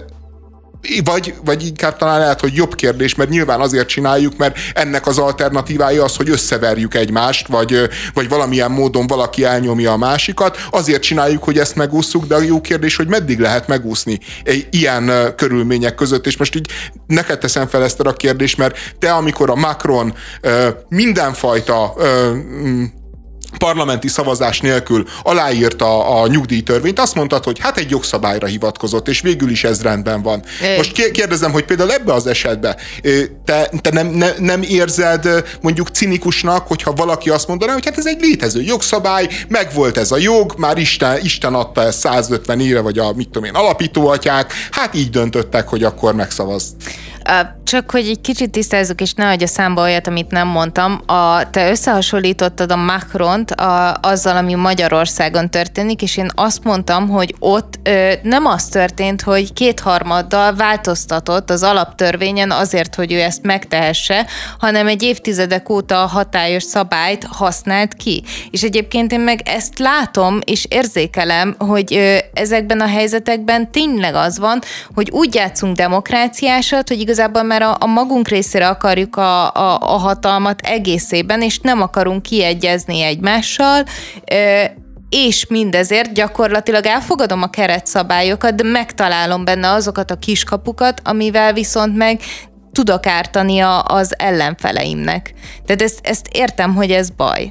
Vagy inkább talán lehet, hogy jobb kérdés, mert nyilván azért csináljuk, mert ennek az alternatívája az, hogy összeverjük egymást, vagy valamilyen módon valaki elnyomja a másikat. Azért csináljuk, hogy ezt megússzuk, de a jó kérdés, hogy meddig lehet megúszni ilyen körülmények között. És most így neked teszem fel ezt a kérdést, mert te, amikor a Macron mindenfajta parlamenti szavazás nélkül aláírta a nyugdíjtörvényt, azt mondtad, hogy hát egy jogszabályra hivatkozott, és végül is ez rendben van. Most kérdezem, hogy például ebbe az esetben te nem érzed mondjuk cinikusnak, hogyha valaki azt mondaná, hogy hát ez egy létező jogszabály, megvolt ez a jog, már Isten adta ezt 150 éve, vagy alapítóatyák, hát így döntöttek, hogy akkor megszavaz. Csak hogy egy kicsit tisztázzuk, és ne adja számba olyat, amit nem mondtam. Te összehasonlítottad a Macront azzal, ami Magyarországon történik, és én azt mondtam, hogy ott nem az történt, hogy 2/3 változtatott az alaptörvényen azért, hogy ő ezt megtehesse, hanem egy évtizedek óta hatályos szabályt használt ki. És egyébként én meg ezt látom, és érzékelem, hogy ezekben a helyzetekben tényleg az van, hogy úgy játszunk demokráciásat, hogy igazából már a magunk részére akarjuk a hatalmat egészében, és nem akarunk kiegyezni egymással, és mindezért gyakorlatilag elfogadom a keretszabályokat, de megtalálom benne azokat a kiskapukat, amivel viszont meg tudok ártani az ellenfeleimnek. Tehát ezt értem, hogy ez baj.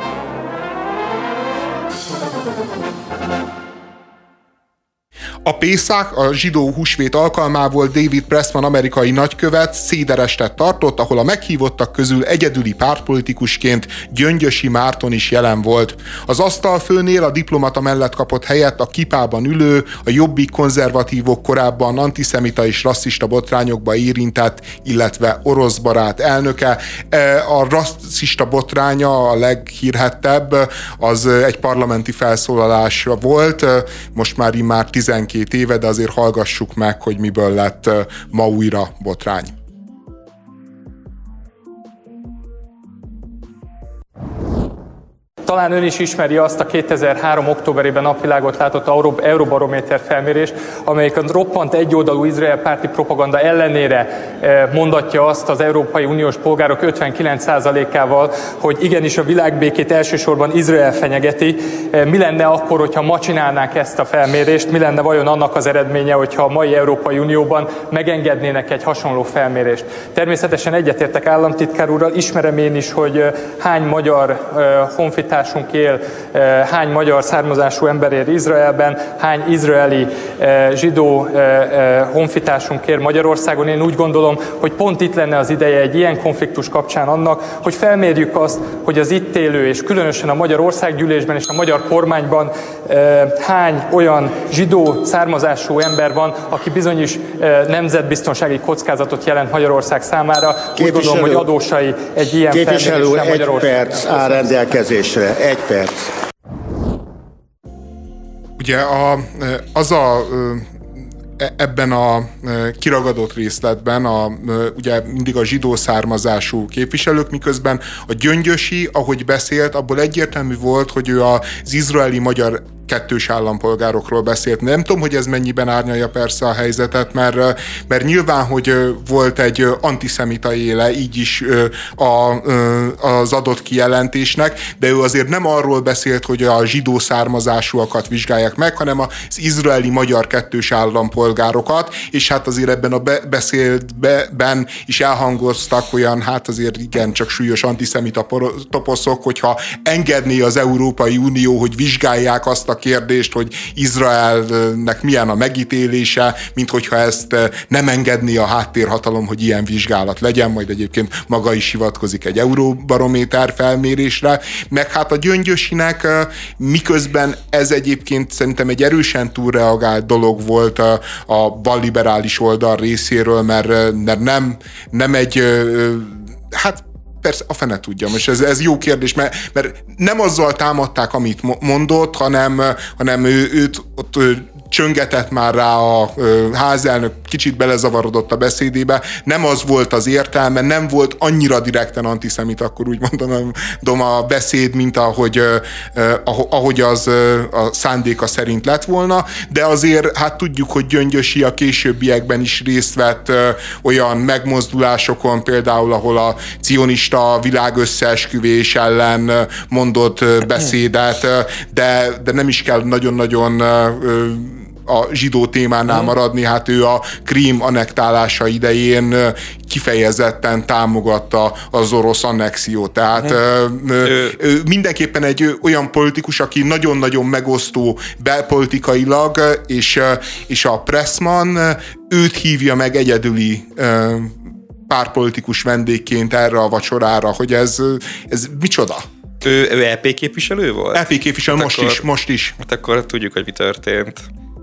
A Pészák, a zsidó húsvét alkalmából David Pressman amerikai nagykövet széderestet tartott, ahol a meghívottak közül egyedüli pártpolitikusként Gyöngyösi Márton is jelen volt. Az asztalfőnél a diplomata mellett kapott helyet a kipában ülő, a Jobbik konzervatívok korábban antiszemita és rasszista botrányokba érintett, illetve orosz barát elnöke. A rasszista botránya a leghírhettebb, az egy parlamenti felszólalás volt, most már immár 12 éve, de azért hallgassuk meg, hogy miből lett ma újra botrány. Talán ön is ismeri azt a 2003. októberében napvilágot látott Eurobarométer felmérést, amelyik a roppant egyoldalú Izrael párti propaganda ellenére mondatja azt az Európai Uniós polgárok 59%-ával, hogy igenis a világbékét elsősorban Izrael fenyegeti. Mi lenne akkor, hogyha ma csinálnánk ezt a felmérést? Mi lenne vajon annak az eredménye, hogyha a mai Európai Unióban megengednének egy hasonló felmérést? Természetesen egyetértek államtitkár úrral, ismerem én is, hogy hány magyar honfitárs él, hány magyar származású ember él Izraelben, hány izraeli zsidó honfitársunk él Magyarországon. Én úgy gondolom, hogy pont itt lenne az ideje egy ilyen konfliktus kapcsán annak, hogy felmérjük azt, hogy az itt élő, és különösen a Magyar Országgyűlésben és a magyar kormányban hány olyan zsidó származású ember van, aki bizonyos nemzetbiztonsági kockázatot jelent Magyarország számára. Úgy gondolom, hogy adósai egy ilyen felmérésre Magyarország. Képviselő úr, 1 perc áll rendelkezésre. 1 perc. Ugye ebben a kiragadott részletben ugye mindig a zsidó származású képviselők, miközben a Gyöngyösi, ahogy beszélt, abból egyértelmű volt, hogy ő az izraeli magyar kettős állampolgárokról beszélt. Nem tudom, hogy ez mennyiben árnyalja persze a helyzetet, mert nyilván, hogy volt egy antiszemita éle, így is az adott kijelentésnek, de ő azért nem arról beszélt, hogy a zsidó származásúakat vizsgálják meg, hanem az izraeli magyar kettős állampolgárokat, és hát azért ebben a beszédben is elhangoztak olyan, hát azért igen, csak súlyos antiszemita toposzok, hogyha engedné az Európai Unió, hogy vizsgálják azt a kérdést, hogy Izraelnek milyen a megítélése, mint hogyha ezt nem engedné a háttérhatalom, hogy ilyen vizsgálat legyen, majd egyébként maga is hivatkozik egy Eurobarométer felmérésre, meg hát a Gyöngyösinek, miközben ez egyébként szerintem egy erősen túlreagált dolog volt a balliberális oldal részéről, mert nem egy, hát persze, a fene tudja, most ez jó kérdés, mert nem azzal támadták, amit mondott, hanem őt ott csöngetett már rá a házelnök, kicsit belezavarodott a beszédébe, nem az volt az értelme, nem volt annyira direkten antiszemita, akkor úgy mondom a beszéd, mint ahogy az a szándéka szerint lett volna, de azért hát tudjuk, hogy Gyöngyösi a későbbiekben is részt vett olyan megmozdulásokon, például ahol a cionista világösszeesküvés ellen mondott beszédet, de nem is kell nagyon-nagyon a zsidó témánál maradni, hát ő a Krím annektálása idején kifejezetten támogatta az orosz annexiót. Tehát ő mindenképpen egy olyan politikus, aki nagyon-nagyon megosztó belpolitikailag, és a Pressman őt hívja meg egyedüli pártpolitikus vendégként erre a vacsorára, hogy ez micsoda? Ő EP képviselő volt? EP képviselő, most is. Hát akkor tudjuk, hogy mi történt.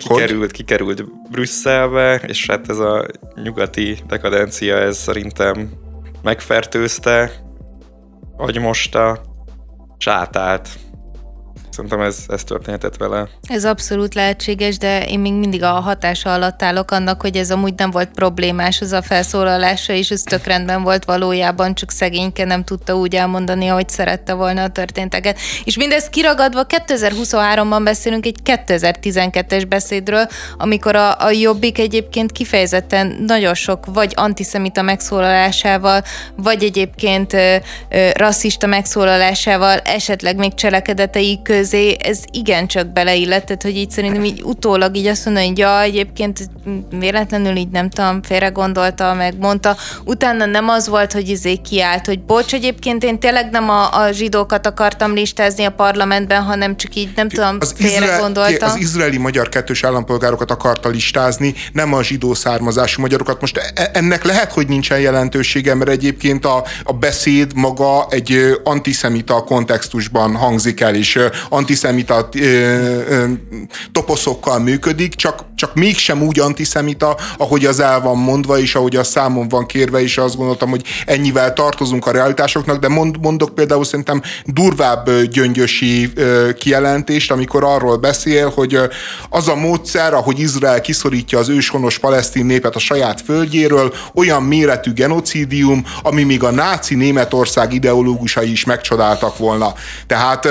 kikerült Brüsszelbe, és hát ez a nyugati dekadencia, ez szerintem megfertőzte, agymosta, és átállt. Szerintem ez történhetett vele. Ez abszolút lehetséges, de én még mindig a hatása alatt állok annak, hogy ez amúgy nem volt problémás, az a felszólalása, és ez tök rendben volt valójában, csak szegényke nem tudta úgy elmondani, ahogy szerette volna a történteket. És mindez kiragadva 2023-ban beszélünk egy 2012-es beszédről, amikor a Jobbik egyébként kifejezetten nagyon sok vagy antiszemita megszólalásával, vagy egyébként rasszista megszólalásával, esetleg még cselekedetei közé, ez igencsak beleillett, tehát hogy így szerintem így utólag így azt mondani, hogy ja, egyébként véletlenül így nem tudom, félre gondolta, meg mondta. Utána nem az volt, hogy kiállt, hogy bocs, egyébként én tényleg nem a zsidókat akartam listázni a parlamentben, hanem csak így nem tudom, félre gondoltam. Az izraeli magyar kettős állampolgárokat akarta listázni, nem a zsidó származású magyarokat. Most ennek lehet, hogy nincsen jelentősége, mert egyébként a beszéd maga egy antiszemita kontextusban hangzik el, és antiszemita toposzokkal működik, csak mégsem úgy antiszemita, ahogy az el van mondva, és ahogy a számon van kérve, és azt gondoltam, hogy ennyivel tartozunk a realitásoknak, de mondok például szerintem durvább Gyöngyösi kijelentést, amikor arról beszél, hogy az a módszer, ahogy Izrael kiszorítja az őshonos palesztin népet a saját földjéről, olyan méretű genocidium, ami még a náci Németország ideológusai is megcsodáltak volna. Tehát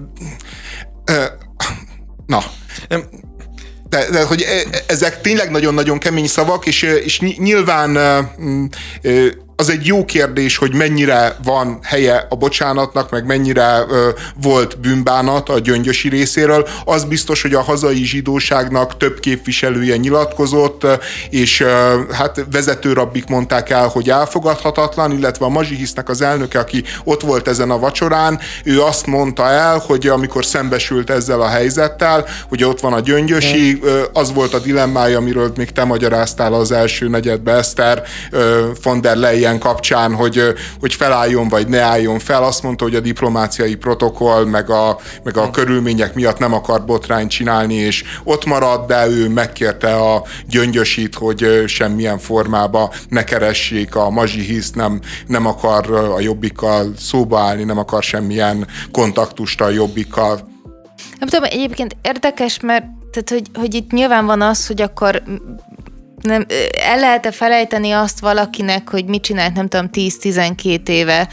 na, de hogy ezek tényleg nagyon-nagyon kemény szavak, és nyilván az egy jó kérdés, hogy mennyire van helye a bocsánatnak, meg mennyire volt bűnbánat a Gyöngyösi részéről. Az biztos, hogy a hazai zsidóságnak több képviselője nyilatkozott, és hát vezetőrabbik mondták el, hogy elfogadhatatlan, illetve a Mazsihisznek az elnöke, aki ott volt ezen a vacsorán, ő azt mondta el, hogy amikor szembesült ezzel a helyzettel, hogy ott van a Gyöngyösi, az volt a dilemmája, amiről még te magyaráztál az első negyedbe, Eszter, von der Leyen kapcsán, hogy felálljon vagy ne álljon fel. Azt mondta, hogy a diplomáciai protokoll meg a körülmények miatt nem akar botrányt csinálni, és ott marad, de ő megkérte a Gyöngyösit, hogy semmilyen formában ne keressék a Mazsihiszt, nem akar a Jobbikkal szóba állni, nem akar semmilyen kontaktust a Jobbikkal. Nem tudom, egyébként érdekes, mert tehát, hogy itt nyilván van az, hogy akkor nem, el lehet-e felejteni azt valakinek, hogy mit csinált, nem tudom, 10-12 éve.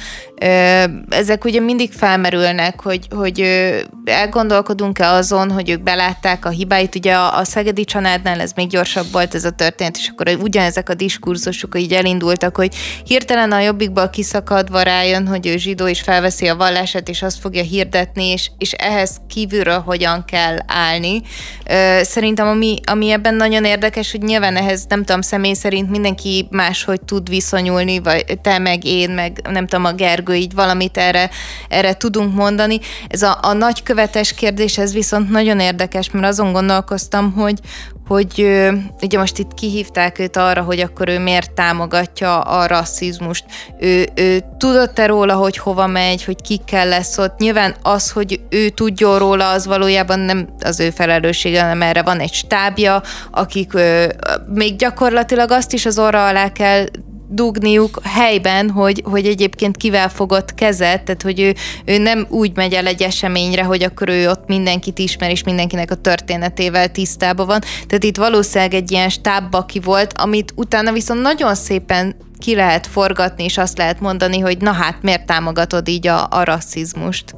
Ezek ugye mindig felmerülnek, hogy elgondolkodunk-e azon, hogy ők belátták a hibáit. Ugye a Szegedi Csanádnál ez még gyorsabb volt ez a történet, és akkor ugyanezek a diskurzusok így elindultak, hogy hirtelen a Jobbikból kiszakadva rájön, hogy ő zsidó, és felveszi a vallását, és azt fogja hirdetni, és ehhez kívülről hogyan kell állni. Szerintem ami ebben nagyon érdekes, hogy nyilván ehhez nem tudom, személy szerint mindenki máshogy tud viszonyulni, vagy te meg én, meg nem tudom, a Gergő, így valamit erre tudunk mondani. Ez a nagykövetes kérdés, ez viszont nagyon érdekes, mert azon gondolkoztam, hogy ugye most itt kihívták őt arra, hogy akkor ő miért támogatja a rasszizmust. Ő tudott-e róla, hogy hova megy, hogy kikkel lesz ott? Nyilván az, hogy ő tudjon róla, az valójában nem az ő felelőssége, hanem erre van egy stábja, akik még gyakorlatilag azt is az orra alá kell dugniuk helyben, hogy egyébként kivel fogott kezet, tehát hogy ő nem úgy megy el egy eseményre, hogy akkor ő ott mindenkit ismer, és mindenkinek a történetével tisztában van. Tehát itt valószínűleg egy ilyen stábbaki volt, amit utána viszont nagyon szépen ki lehet forgatni, és azt lehet mondani, hogy na hát, miért támogatod így a rasszizmust?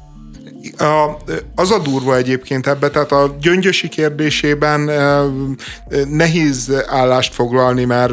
Az a durva egyébként ebbe, tehát a Gyöngyösi kérdésében nehéz állást foglalni, mert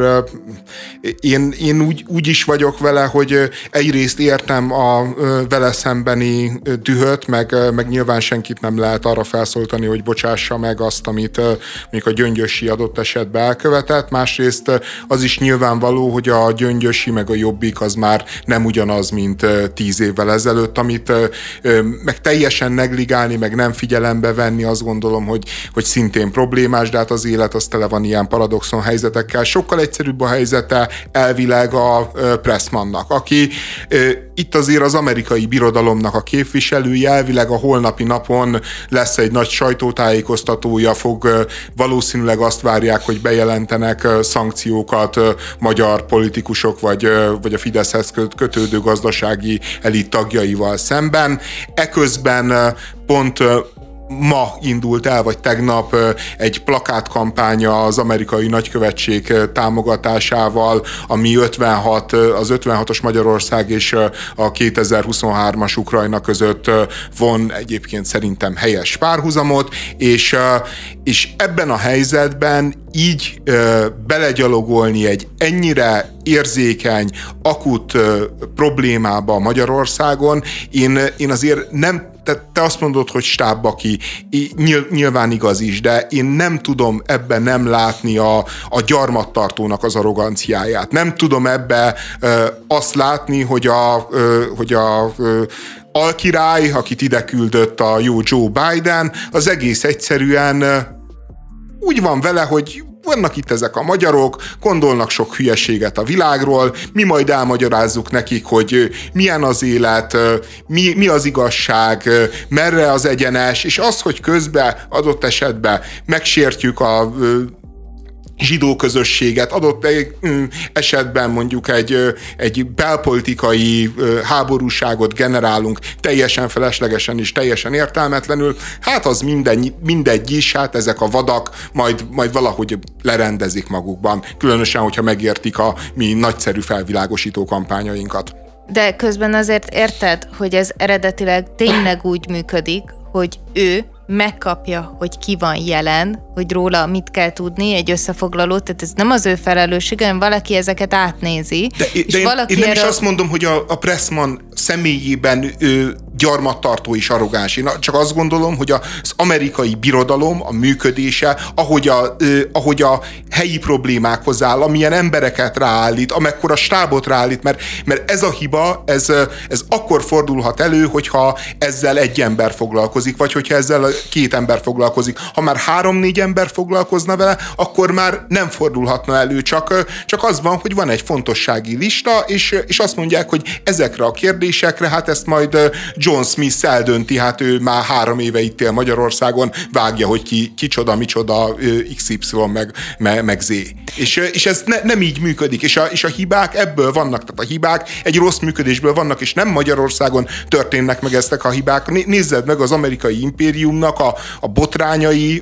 én úgy is vagyok vele, hogy egyrészt értem a vele szembeni dühöt, meg nyilván senkit nem lehet arra felszólítani, hogy bocsássa meg azt, amit mondjuk a Gyöngyösi adott esetben elkövetett. Másrészt az is nyilvánvaló, hogy a Gyöngyösi meg a Jobbik az már nem ugyanaz, mint 10 évvel ezelőtt, amit meg teljesen teljesen negligálni, meg nem figyelembe venni, azt gondolom, hogy szintén problémás, de hát az élet az tele van ilyen paradoxon helyzetekkel. Sokkal egyszerűbb a helyzete elvileg a Pressmannak, aki itt azért az amerikai birodalomnak a képviselője, elvileg a holnapi napon lesz egy nagy sajtótájékoztatója, valószínűleg azt várják, hogy bejelentenek szankciókat magyar politikusok, vagy a Fideszhez kötődő gazdasági elit tagjaival szemben. Eközben pont ma indult el, vagy tegnap egy plakátkampánya az amerikai nagykövetség támogatásával, ami az 56-os Magyarország és a 2023-as Ukrajna között von egyébként szerintem helyes párhuzamot, és ebben a helyzetben így belegyalogolni egy ennyire érzékeny, akut problémába Magyarországon, én azért nem. Te azt mondod, hogy stábbaki, nyilván igaz is, de én nem tudom ebben nem látni a gyarmattartónak az arroganciáját. Nem tudom ebbe azt látni, hogy a alkirály, akit ide küldött a jó Joe Biden, az egész egyszerűen úgy van vele, hogy vannak itt ezek a magyarok, gondolnak sok hülyeséget a világról, mi majd elmagyarázzuk nekik, hogy milyen az élet, mi az igazság, merre az egyenes, és az, hogy közben adott esetben megsértjük a zsidó közösséget, adott esetben mondjuk egy belpolitikai háborúságot generálunk teljesen feleslegesen és teljesen értelmetlenül, hát az mindegy is, hát ezek a vadak majd valahogy lerendezik magukban, különösen, hogyha megértik a mi nagyszerű felvilágosító kampányainkat. De közben azért érted, hogy ez eredetileg tényleg úgy működik, hogy ő megkapja, hogy ki van jelen, hogy róla mit kell tudni, egy összefoglalót, tehát ez nem az ő felelőssége, hanem valaki ezeket átnézi. De én nem is azt mondom, hogy a Pressman személyében gyarmattartó és arrogáns. Én csak azt gondolom, hogy az amerikai birodalom, a működése, ahogy a helyi problémákhoz áll, amilyen embereket ráállít, amekkora stábot ráállít, mert ez a hiba, ez akkor fordulhat elő, hogyha ezzel egy ember foglalkozik, vagy hogyha ezzel két ember foglalkozik. Ha már 3-4 ember foglalkozna vele, akkor már nem fordulhatna elő, csak az van, hogy van egy fontossági lista, és azt mondják, hogy ezekre a kérdésekre, hát ezt majd John Smith eldönti, hát ő már 3 éve itt él Magyarországon, vágja, hogy kicsoda, micsoda XY meg Z. És ez nem így működik, és a hibák ebből vannak, tehát a hibák egy rossz működésből vannak, és nem Magyarországon történnek meg ezek a hibák. Nézzed meg az amerikai impériumnak a botrányai,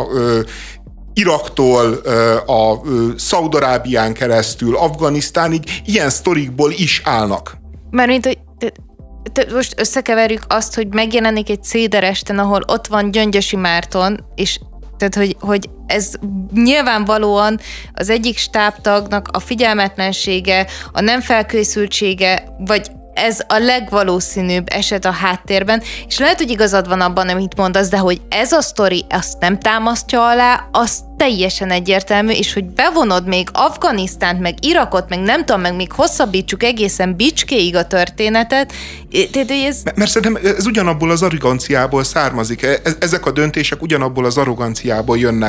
Iraktól a Szaúd-Arábián keresztül Afganisztánig ilyen sztorikból is állnak. Mármint, hogy most összekeverjük azt, hogy megjelenik egy céderesten, ahol ott van Gyöngyösi Márton, és tehát, hogy ez nyilvánvalóan az egyik stábtagnak a figyelmetlensége, a nem felkészültsége, vagy ez a legvalószínűbb eset a háttérben, és lehet, hogy igazad van abban, amit mondasz, de hogy ez a sztori azt nem támasztja alá, az teljesen egyértelmű, és hogy bevonod még Afganisztánt, meg Irakot, meg nem tudom, meg még hosszabbítsuk egészen Bicskéig a történetet. Mert szerintem ez ugyanabból az arroganciából származik. Ezek a döntések ugyanabból az arroganciából jönnek.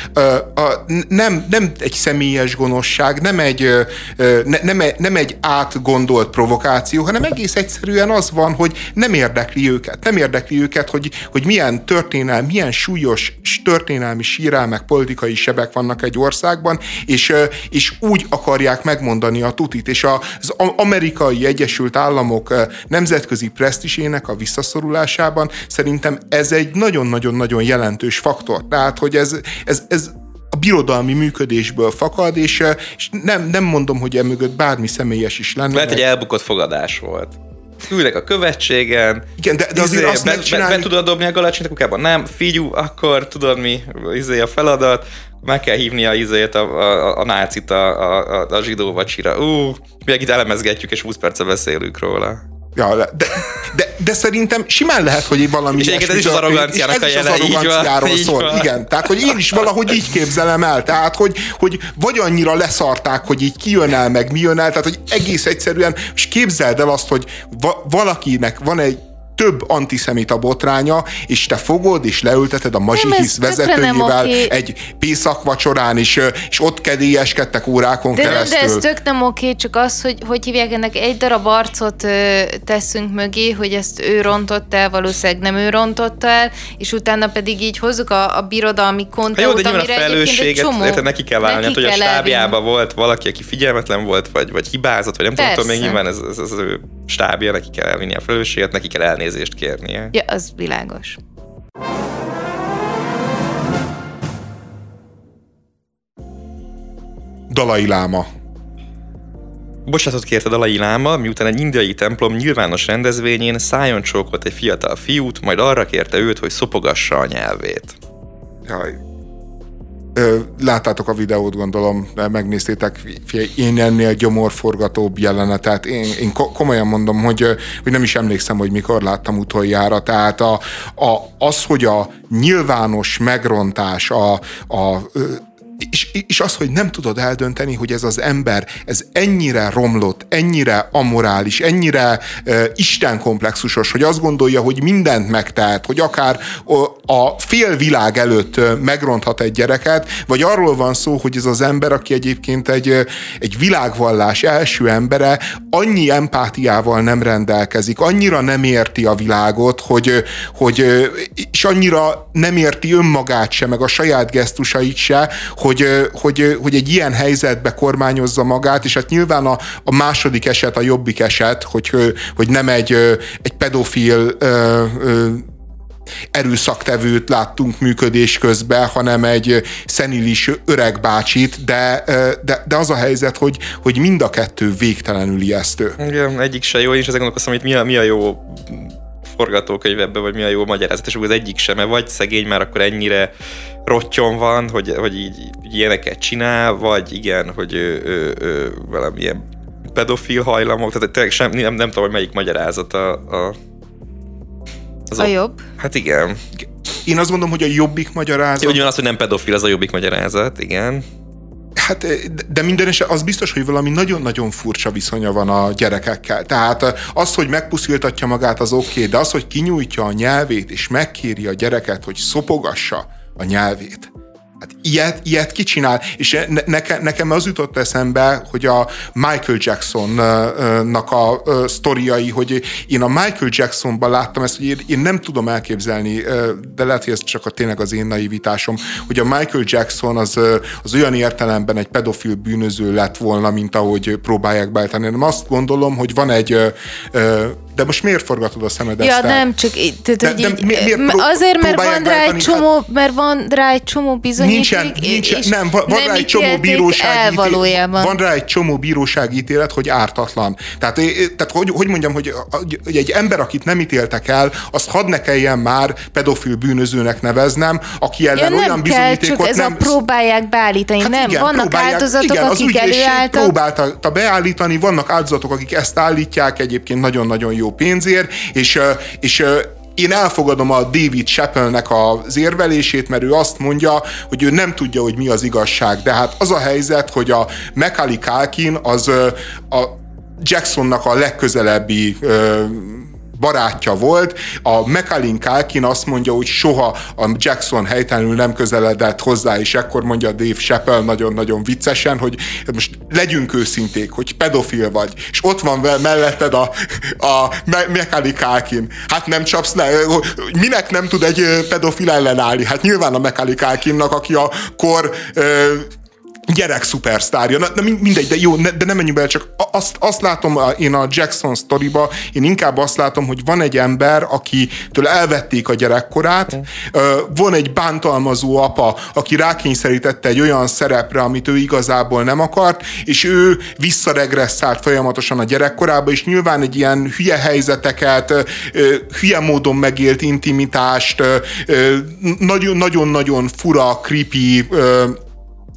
Nem egy személyes gonoszság, nem egy átgondolt provokáció, hanem egész egyszerűen az van, hogy nem érdekli őket. Nem érdekli őket, hogy milyen súlyos történelmi sírelmek, politikai sebek vannak egy országban, és úgy akarják megmondani a tutit. És az Amerikai Egyesült Államok nemzetközi presztízsének a visszaszorulásában szerintem ez egy nagyon-nagyon-nagyon jelentős faktor. Tehát, hogy ez a birodalmi működésből fakad, és nem mondom, hogy emögött bármi személyes is lenne. Lehet, hogy elbukott fogadás volt. Ülnek a követségen. Igen, de azért azt megcsinálni... Be tudod dobni a galacsint a kukába? Nem, figyú, akkor tudod mi a feladat, meg kell hívni a nácit a zsidó vacsira. Még itt elemezgetjük, és 20 perce beszélünk róla. Ja, de szerintem simán lehet, hogy valami... És egyébként ez is az arroganciának a jele, arroganciáról szól. Igen, tehát, hogy én is valahogy így képzelem el. Tehát, hogy vagy annyira leszarták, hogy így ki jön el, meg mi jön el, tehát, hogy egész egyszerűen, és képzeld el azt, hogy valakinek van egy több antiszemita botránya, és te fogod, és leülteted a Mazsihisz vezetőjével egy Pészak vacsorán, és ott kedélyeskedtek órákon keresztül. De ez tök nem oké, csak az, hogy hívják, ennek egy darab arcot teszünk mögé, hogy ezt ő rontott el, valószínűleg nem ő rontotta el, és utána pedig így hozzuk a birodalmi konteót, amire egyébként egy csomó... Érted, neki kell válni, hogy a stábjában volt valaki, aki figyelmetlen volt, vagy hibázott, vagy nem tudom, még nyilván ez az ő stábja, neki kell elvinni a felelősséget, neki kell elnézést kérnie. Ja, az világos. Dalai Láma. Bocsánatot kért a Dalai Láma, miután egy indiai templom nyilvános rendezvényén szájon csókolt egy fiatal fiút, majd arra kérte őt, hogy szopogassa a nyelvét. Jaj. Láttátok a videót, gondolom, megnéztétek, én ennél gyomorforgatóbb jelenetet. Én komolyan mondom, hogy nem is emlékszem, hogy mikor láttam utoljára. Tehát az, hogy a nyilvános megrontás, és az, hogy nem tudod eldönteni, hogy ez az ember, ez ennyire romlott, ennyire amorális, ennyire istenkomplexusos, hogy azt gondolja, hogy mindent megtehet, hogy akár a fél világ előtt megronthat egy gyereket, vagy arról van szó, hogy ez az ember, aki egyébként egy világvallás első embere, annyi empátiával nem rendelkezik, annyira nem érti a világot, és annyira nem érti önmagát se, meg a saját gesztusait se, hogy egy ilyen helyzetbe kormányozza magát, és hát nyilván a második eset, a jobbik eset, hogy nem egy pedofil erőszaktevőt láttunk működés közben, hanem egy szenilis öreg bácsit, de az a helyzet, hogy mind a kettő végtelenül ijesztő. Igen, egyik se jó, én is ezen gondolkoztam, hogy mi a jó forgatókönyv ebben, vagy mi a jó magyarázat, és az egyik sem, mert vagy szegény már akkor ennyire rottyon van, hogy így ilyeneket csinál, vagy igen, hogy valamilyen pedofil hajlamok, tehát tényleg nem tudom, hogy melyik magyarázat a jobb? Hát igen. Én azt gondolom, hogy a jobbik magyarázat... Úgy van az, hogy nem pedofil, az a jobbik magyarázat, igen. Hát, de minden esetben az biztos, hogy valami nagyon-nagyon furcsa viszonya van a gyerekekkel. Tehát az, hogy megpusziltatja magát, az oké, de az, hogy kinyújtja a nyelvét, és megkéri a gyereket, hogy szopogassa a nyelvét. Hát ilyet ki csinál? És nekem az jutott eszembe, hogy a Michael Jacksonnak a sztoriai, hogy én a Michael Jacksonban láttam ezt, hogy én nem tudom elképzelni, de lehet, hogy ez csak tényleg az én naivitásom, hogy a Michael Jackson az olyan értelemben egy pedofil bűnöző lett volna, mint ahogy próbálják beállítani. Én azt gondolom, hogy van egy... De most miért forgatod a szemed ezt? Ja, nem, csak azért, mert van rá egy csomó bizonyíték, van rá egy csomó bírósági ítélet, van rá egy csomó bírósági ítélet, hogy ártatlan. Tehát hogy mondjam, hogy egy ember, akit nem ítéltek el, azt hadd ne kelljen már pedofil bűnözőnek neveznem, aki ellen olyan bizonyítékot nem... Csak próbálják beállítani, hát nem? Igen, vannak áldozatok, akik előálltak. Próbálta beállítani, vannak áldozatok, akik ezt állítják egyébként nagyon-nagyon jó pénzért, és én elfogadom a David Chappellnek az érvelését, mert ő azt mondja, hogy ő nem tudja, hogy mi az igazság. De hát az a helyzet, hogy a Macaulay Culkin az a Jacksonnak a legközelebbi barátja volt. A Macaulay Culkin azt mondja, hogy soha a Jackson helytelenül nem közeledett hozzá, és ekkor mondja Dave Chappelle nagyon-nagyon viccesen, hogy most legyünk őszinték, hogy pedofil vagy, és ott van melletted a Macaulay Culkin. Hát nem csapsz le, minek nem tud egy pedofil ellenállni? Hát nyilván a Macaulay Culkinnak, aki a kor gyerek szupersztárja. Na mindegy, de jó, de nem menjünk bele, csak azt látom én a Jackson sztoriba, én inkább azt látom, hogy van egy ember, akitől elvették a gyerekkorát, van egy bántalmazó apa, aki rákényszerítette egy olyan szerepre, amit ő igazából nem akart, és ő visszaregresszált folyamatosan a gyerekkorába, és nyilván egy ilyen hülye helyzeteket, hülye módon megélt intimitást, nagyon-nagyon fura, creepy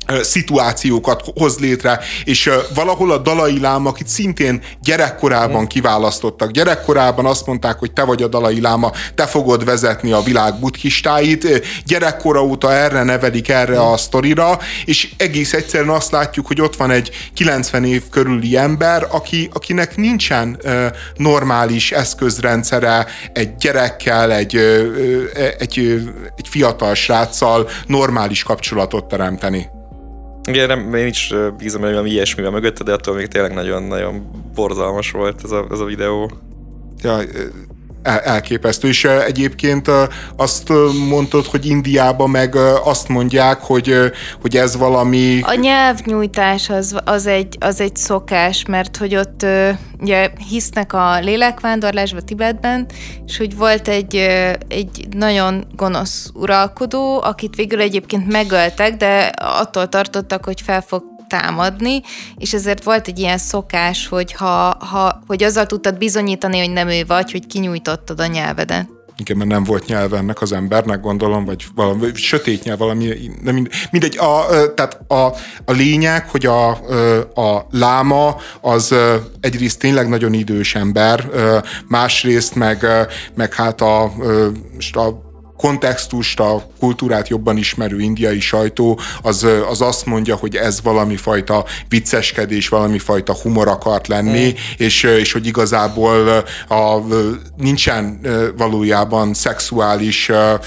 szituációkat hoz létre, és valahol a Dalai Láma, akit szintén gyerekkorában kiválasztottak. Gyerekkorában azt mondták, hogy te vagy a Dalai Láma, te fogod vezetni a világ buddhistáit. Gyerekkora óta erre nevelik, erre a sztorira, és egész egyszerűen azt látjuk, hogy ott van egy 90 év körüli ember, akinek nincsen normális eszközrendszere egy gyerekkel, egy fiatal sráccal normális kapcsolatot teremteni. Igen, én is bízom, hogy valami ilyesmi van mögötte, de attól még tényleg nagyon-nagyon borzalmas volt ez a videó. Ja, elképesztő, és egyébként azt mondtad, hogy Indiában meg azt mondják, hogy ez valami... A nyelvnyújtás az egy szokás, mert hogy ott ugye hisznek a lélekvándorlásba Tibetben, és hogy volt egy nagyon gonosz uralkodó, akit végül egyébként megöltek, de attól tartottak, hogy fel fog támadni, és ezért volt egy ilyen szokás, hogy azzal tudtad bizonyítani, hogy nem ő vagy, hogy kinyújtottad a nyelvedet. Igen, mert nem volt nyelve ennek az embernek, gondolom, vagy valami sötét nyelv, valami, mindegy. Tehát a lényeg, hogy a láma az egyrészt tényleg nagyon idős ember, másrészt meg hát a kontextust, a kultúrát jobban ismerő indiai sajtó, az azt mondja, hogy ez valami fajta vicceskedés, valami fajta humor akart lenni, és hogy igazából nincsen valójában szexuális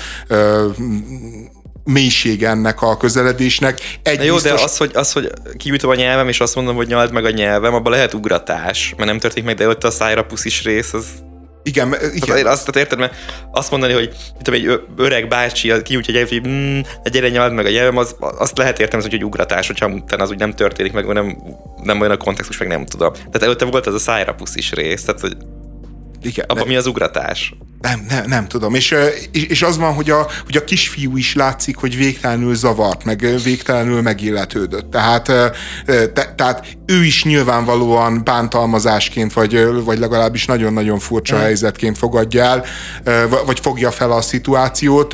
mélység ennek a közeledésnek. Jó, de az, hogy kiütöm a nyelvem, és azt mondom, hogy nyald meg a nyelvem, abban lehet ugratás, mert nem történik meg, de ott a szájra puszis rész, az... Igen. Azt érted, mert azt mondani, hogy egy öreg bácsi kiújtja a nyelv, hogy gyere, nyald meg a nyelvem, azt lehet értelmezni, hogy ugratás, hogyha utána az úgy nem történik meg, nem olyan a kontextus, meg nem tudom. Tehát előtte volt ez a szájra puszis rész, tehát hogy igen, abban mi az ugratás? Nem tudom. És az van, hogy a kisfiú is látszik, hogy végtelenül zavart, meg végtelenül megilletődött. Tehát ő is nyilvánvalóan bántalmazásként, vagy legalábbis nagyon-nagyon furcsa helyzetként fogadja el, vagy fogja fel a szituációt.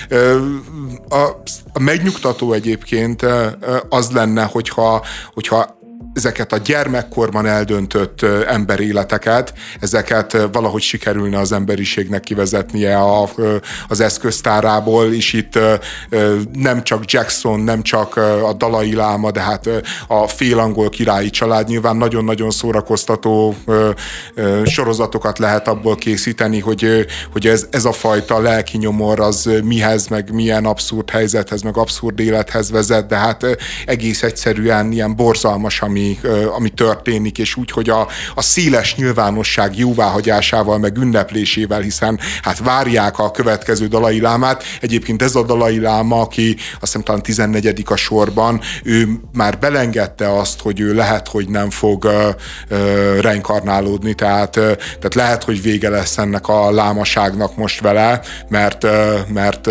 A megnyugtató egyébként az lenne, hogyha ezeket a gyermekkorban eldöntött emberéleteket, ezeket valahogy sikerülne az emberiségnek kivezetnie az eszköztárából, és itt nem csak Jackson, nem csak a Dalai Láma, de hát a félangol királyi család, nyilván nagyon-nagyon szórakoztató sorozatokat lehet abból készíteni, hogy ez a fajta lelki nyomor az mihez, meg milyen abszurd helyzethez, meg abszurd élethez vezet, de hát egész egyszerűen ilyen borzalmas, ami történik, és úgy, hogy a széles nyilvánosság jóváhagyásával, meg ünneplésével, hiszen hát várják a következő Dalai Lámát. Egyébként ez a Dalai Láma, aki azt hiszem talán 14. a sorban, ő már belengedte azt, hogy ő lehet, hogy nem fog reinkarnálódni, tehát lehet, hogy vége lesz ennek a lámaságnak most vele, mert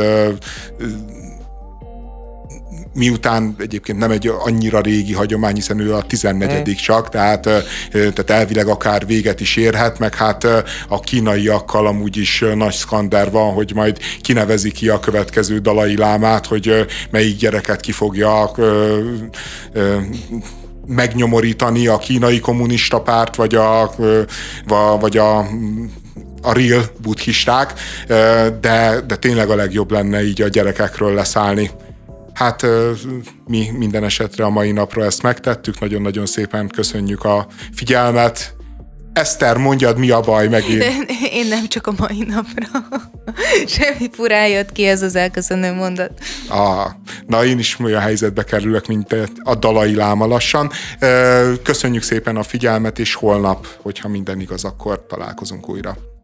miután egyébként nem egy annyira régi hagyomány, hiszen ő a 14. csak, tehát elvileg akár véget is érhet, meg hát a kínaiakkal amúgy is nagy szkander van, hogy majd kinevezi ki a következő Dalai Lámát, hogy melyik gyereket ki fogja megnyomorítani, a kínai kommunista párt, vagy a real buddhisták, de tényleg a legjobb lenne így a gyerekekről leszállni. Hát mi minden esetre a mai napra ezt megtettük, nagyon-nagyon szépen köszönjük a figyelmet. Eszter, mondjad, mi a baj megint? Én nem csak a mai napra. Semmi furán jött ki ez az elköszönő mondat. Na, én is olyan helyzetbe kerülök, mint a Dalai Láma lassan. Köszönjük szépen a figyelmet, és holnap, hogyha minden igaz, akkor találkozunk újra.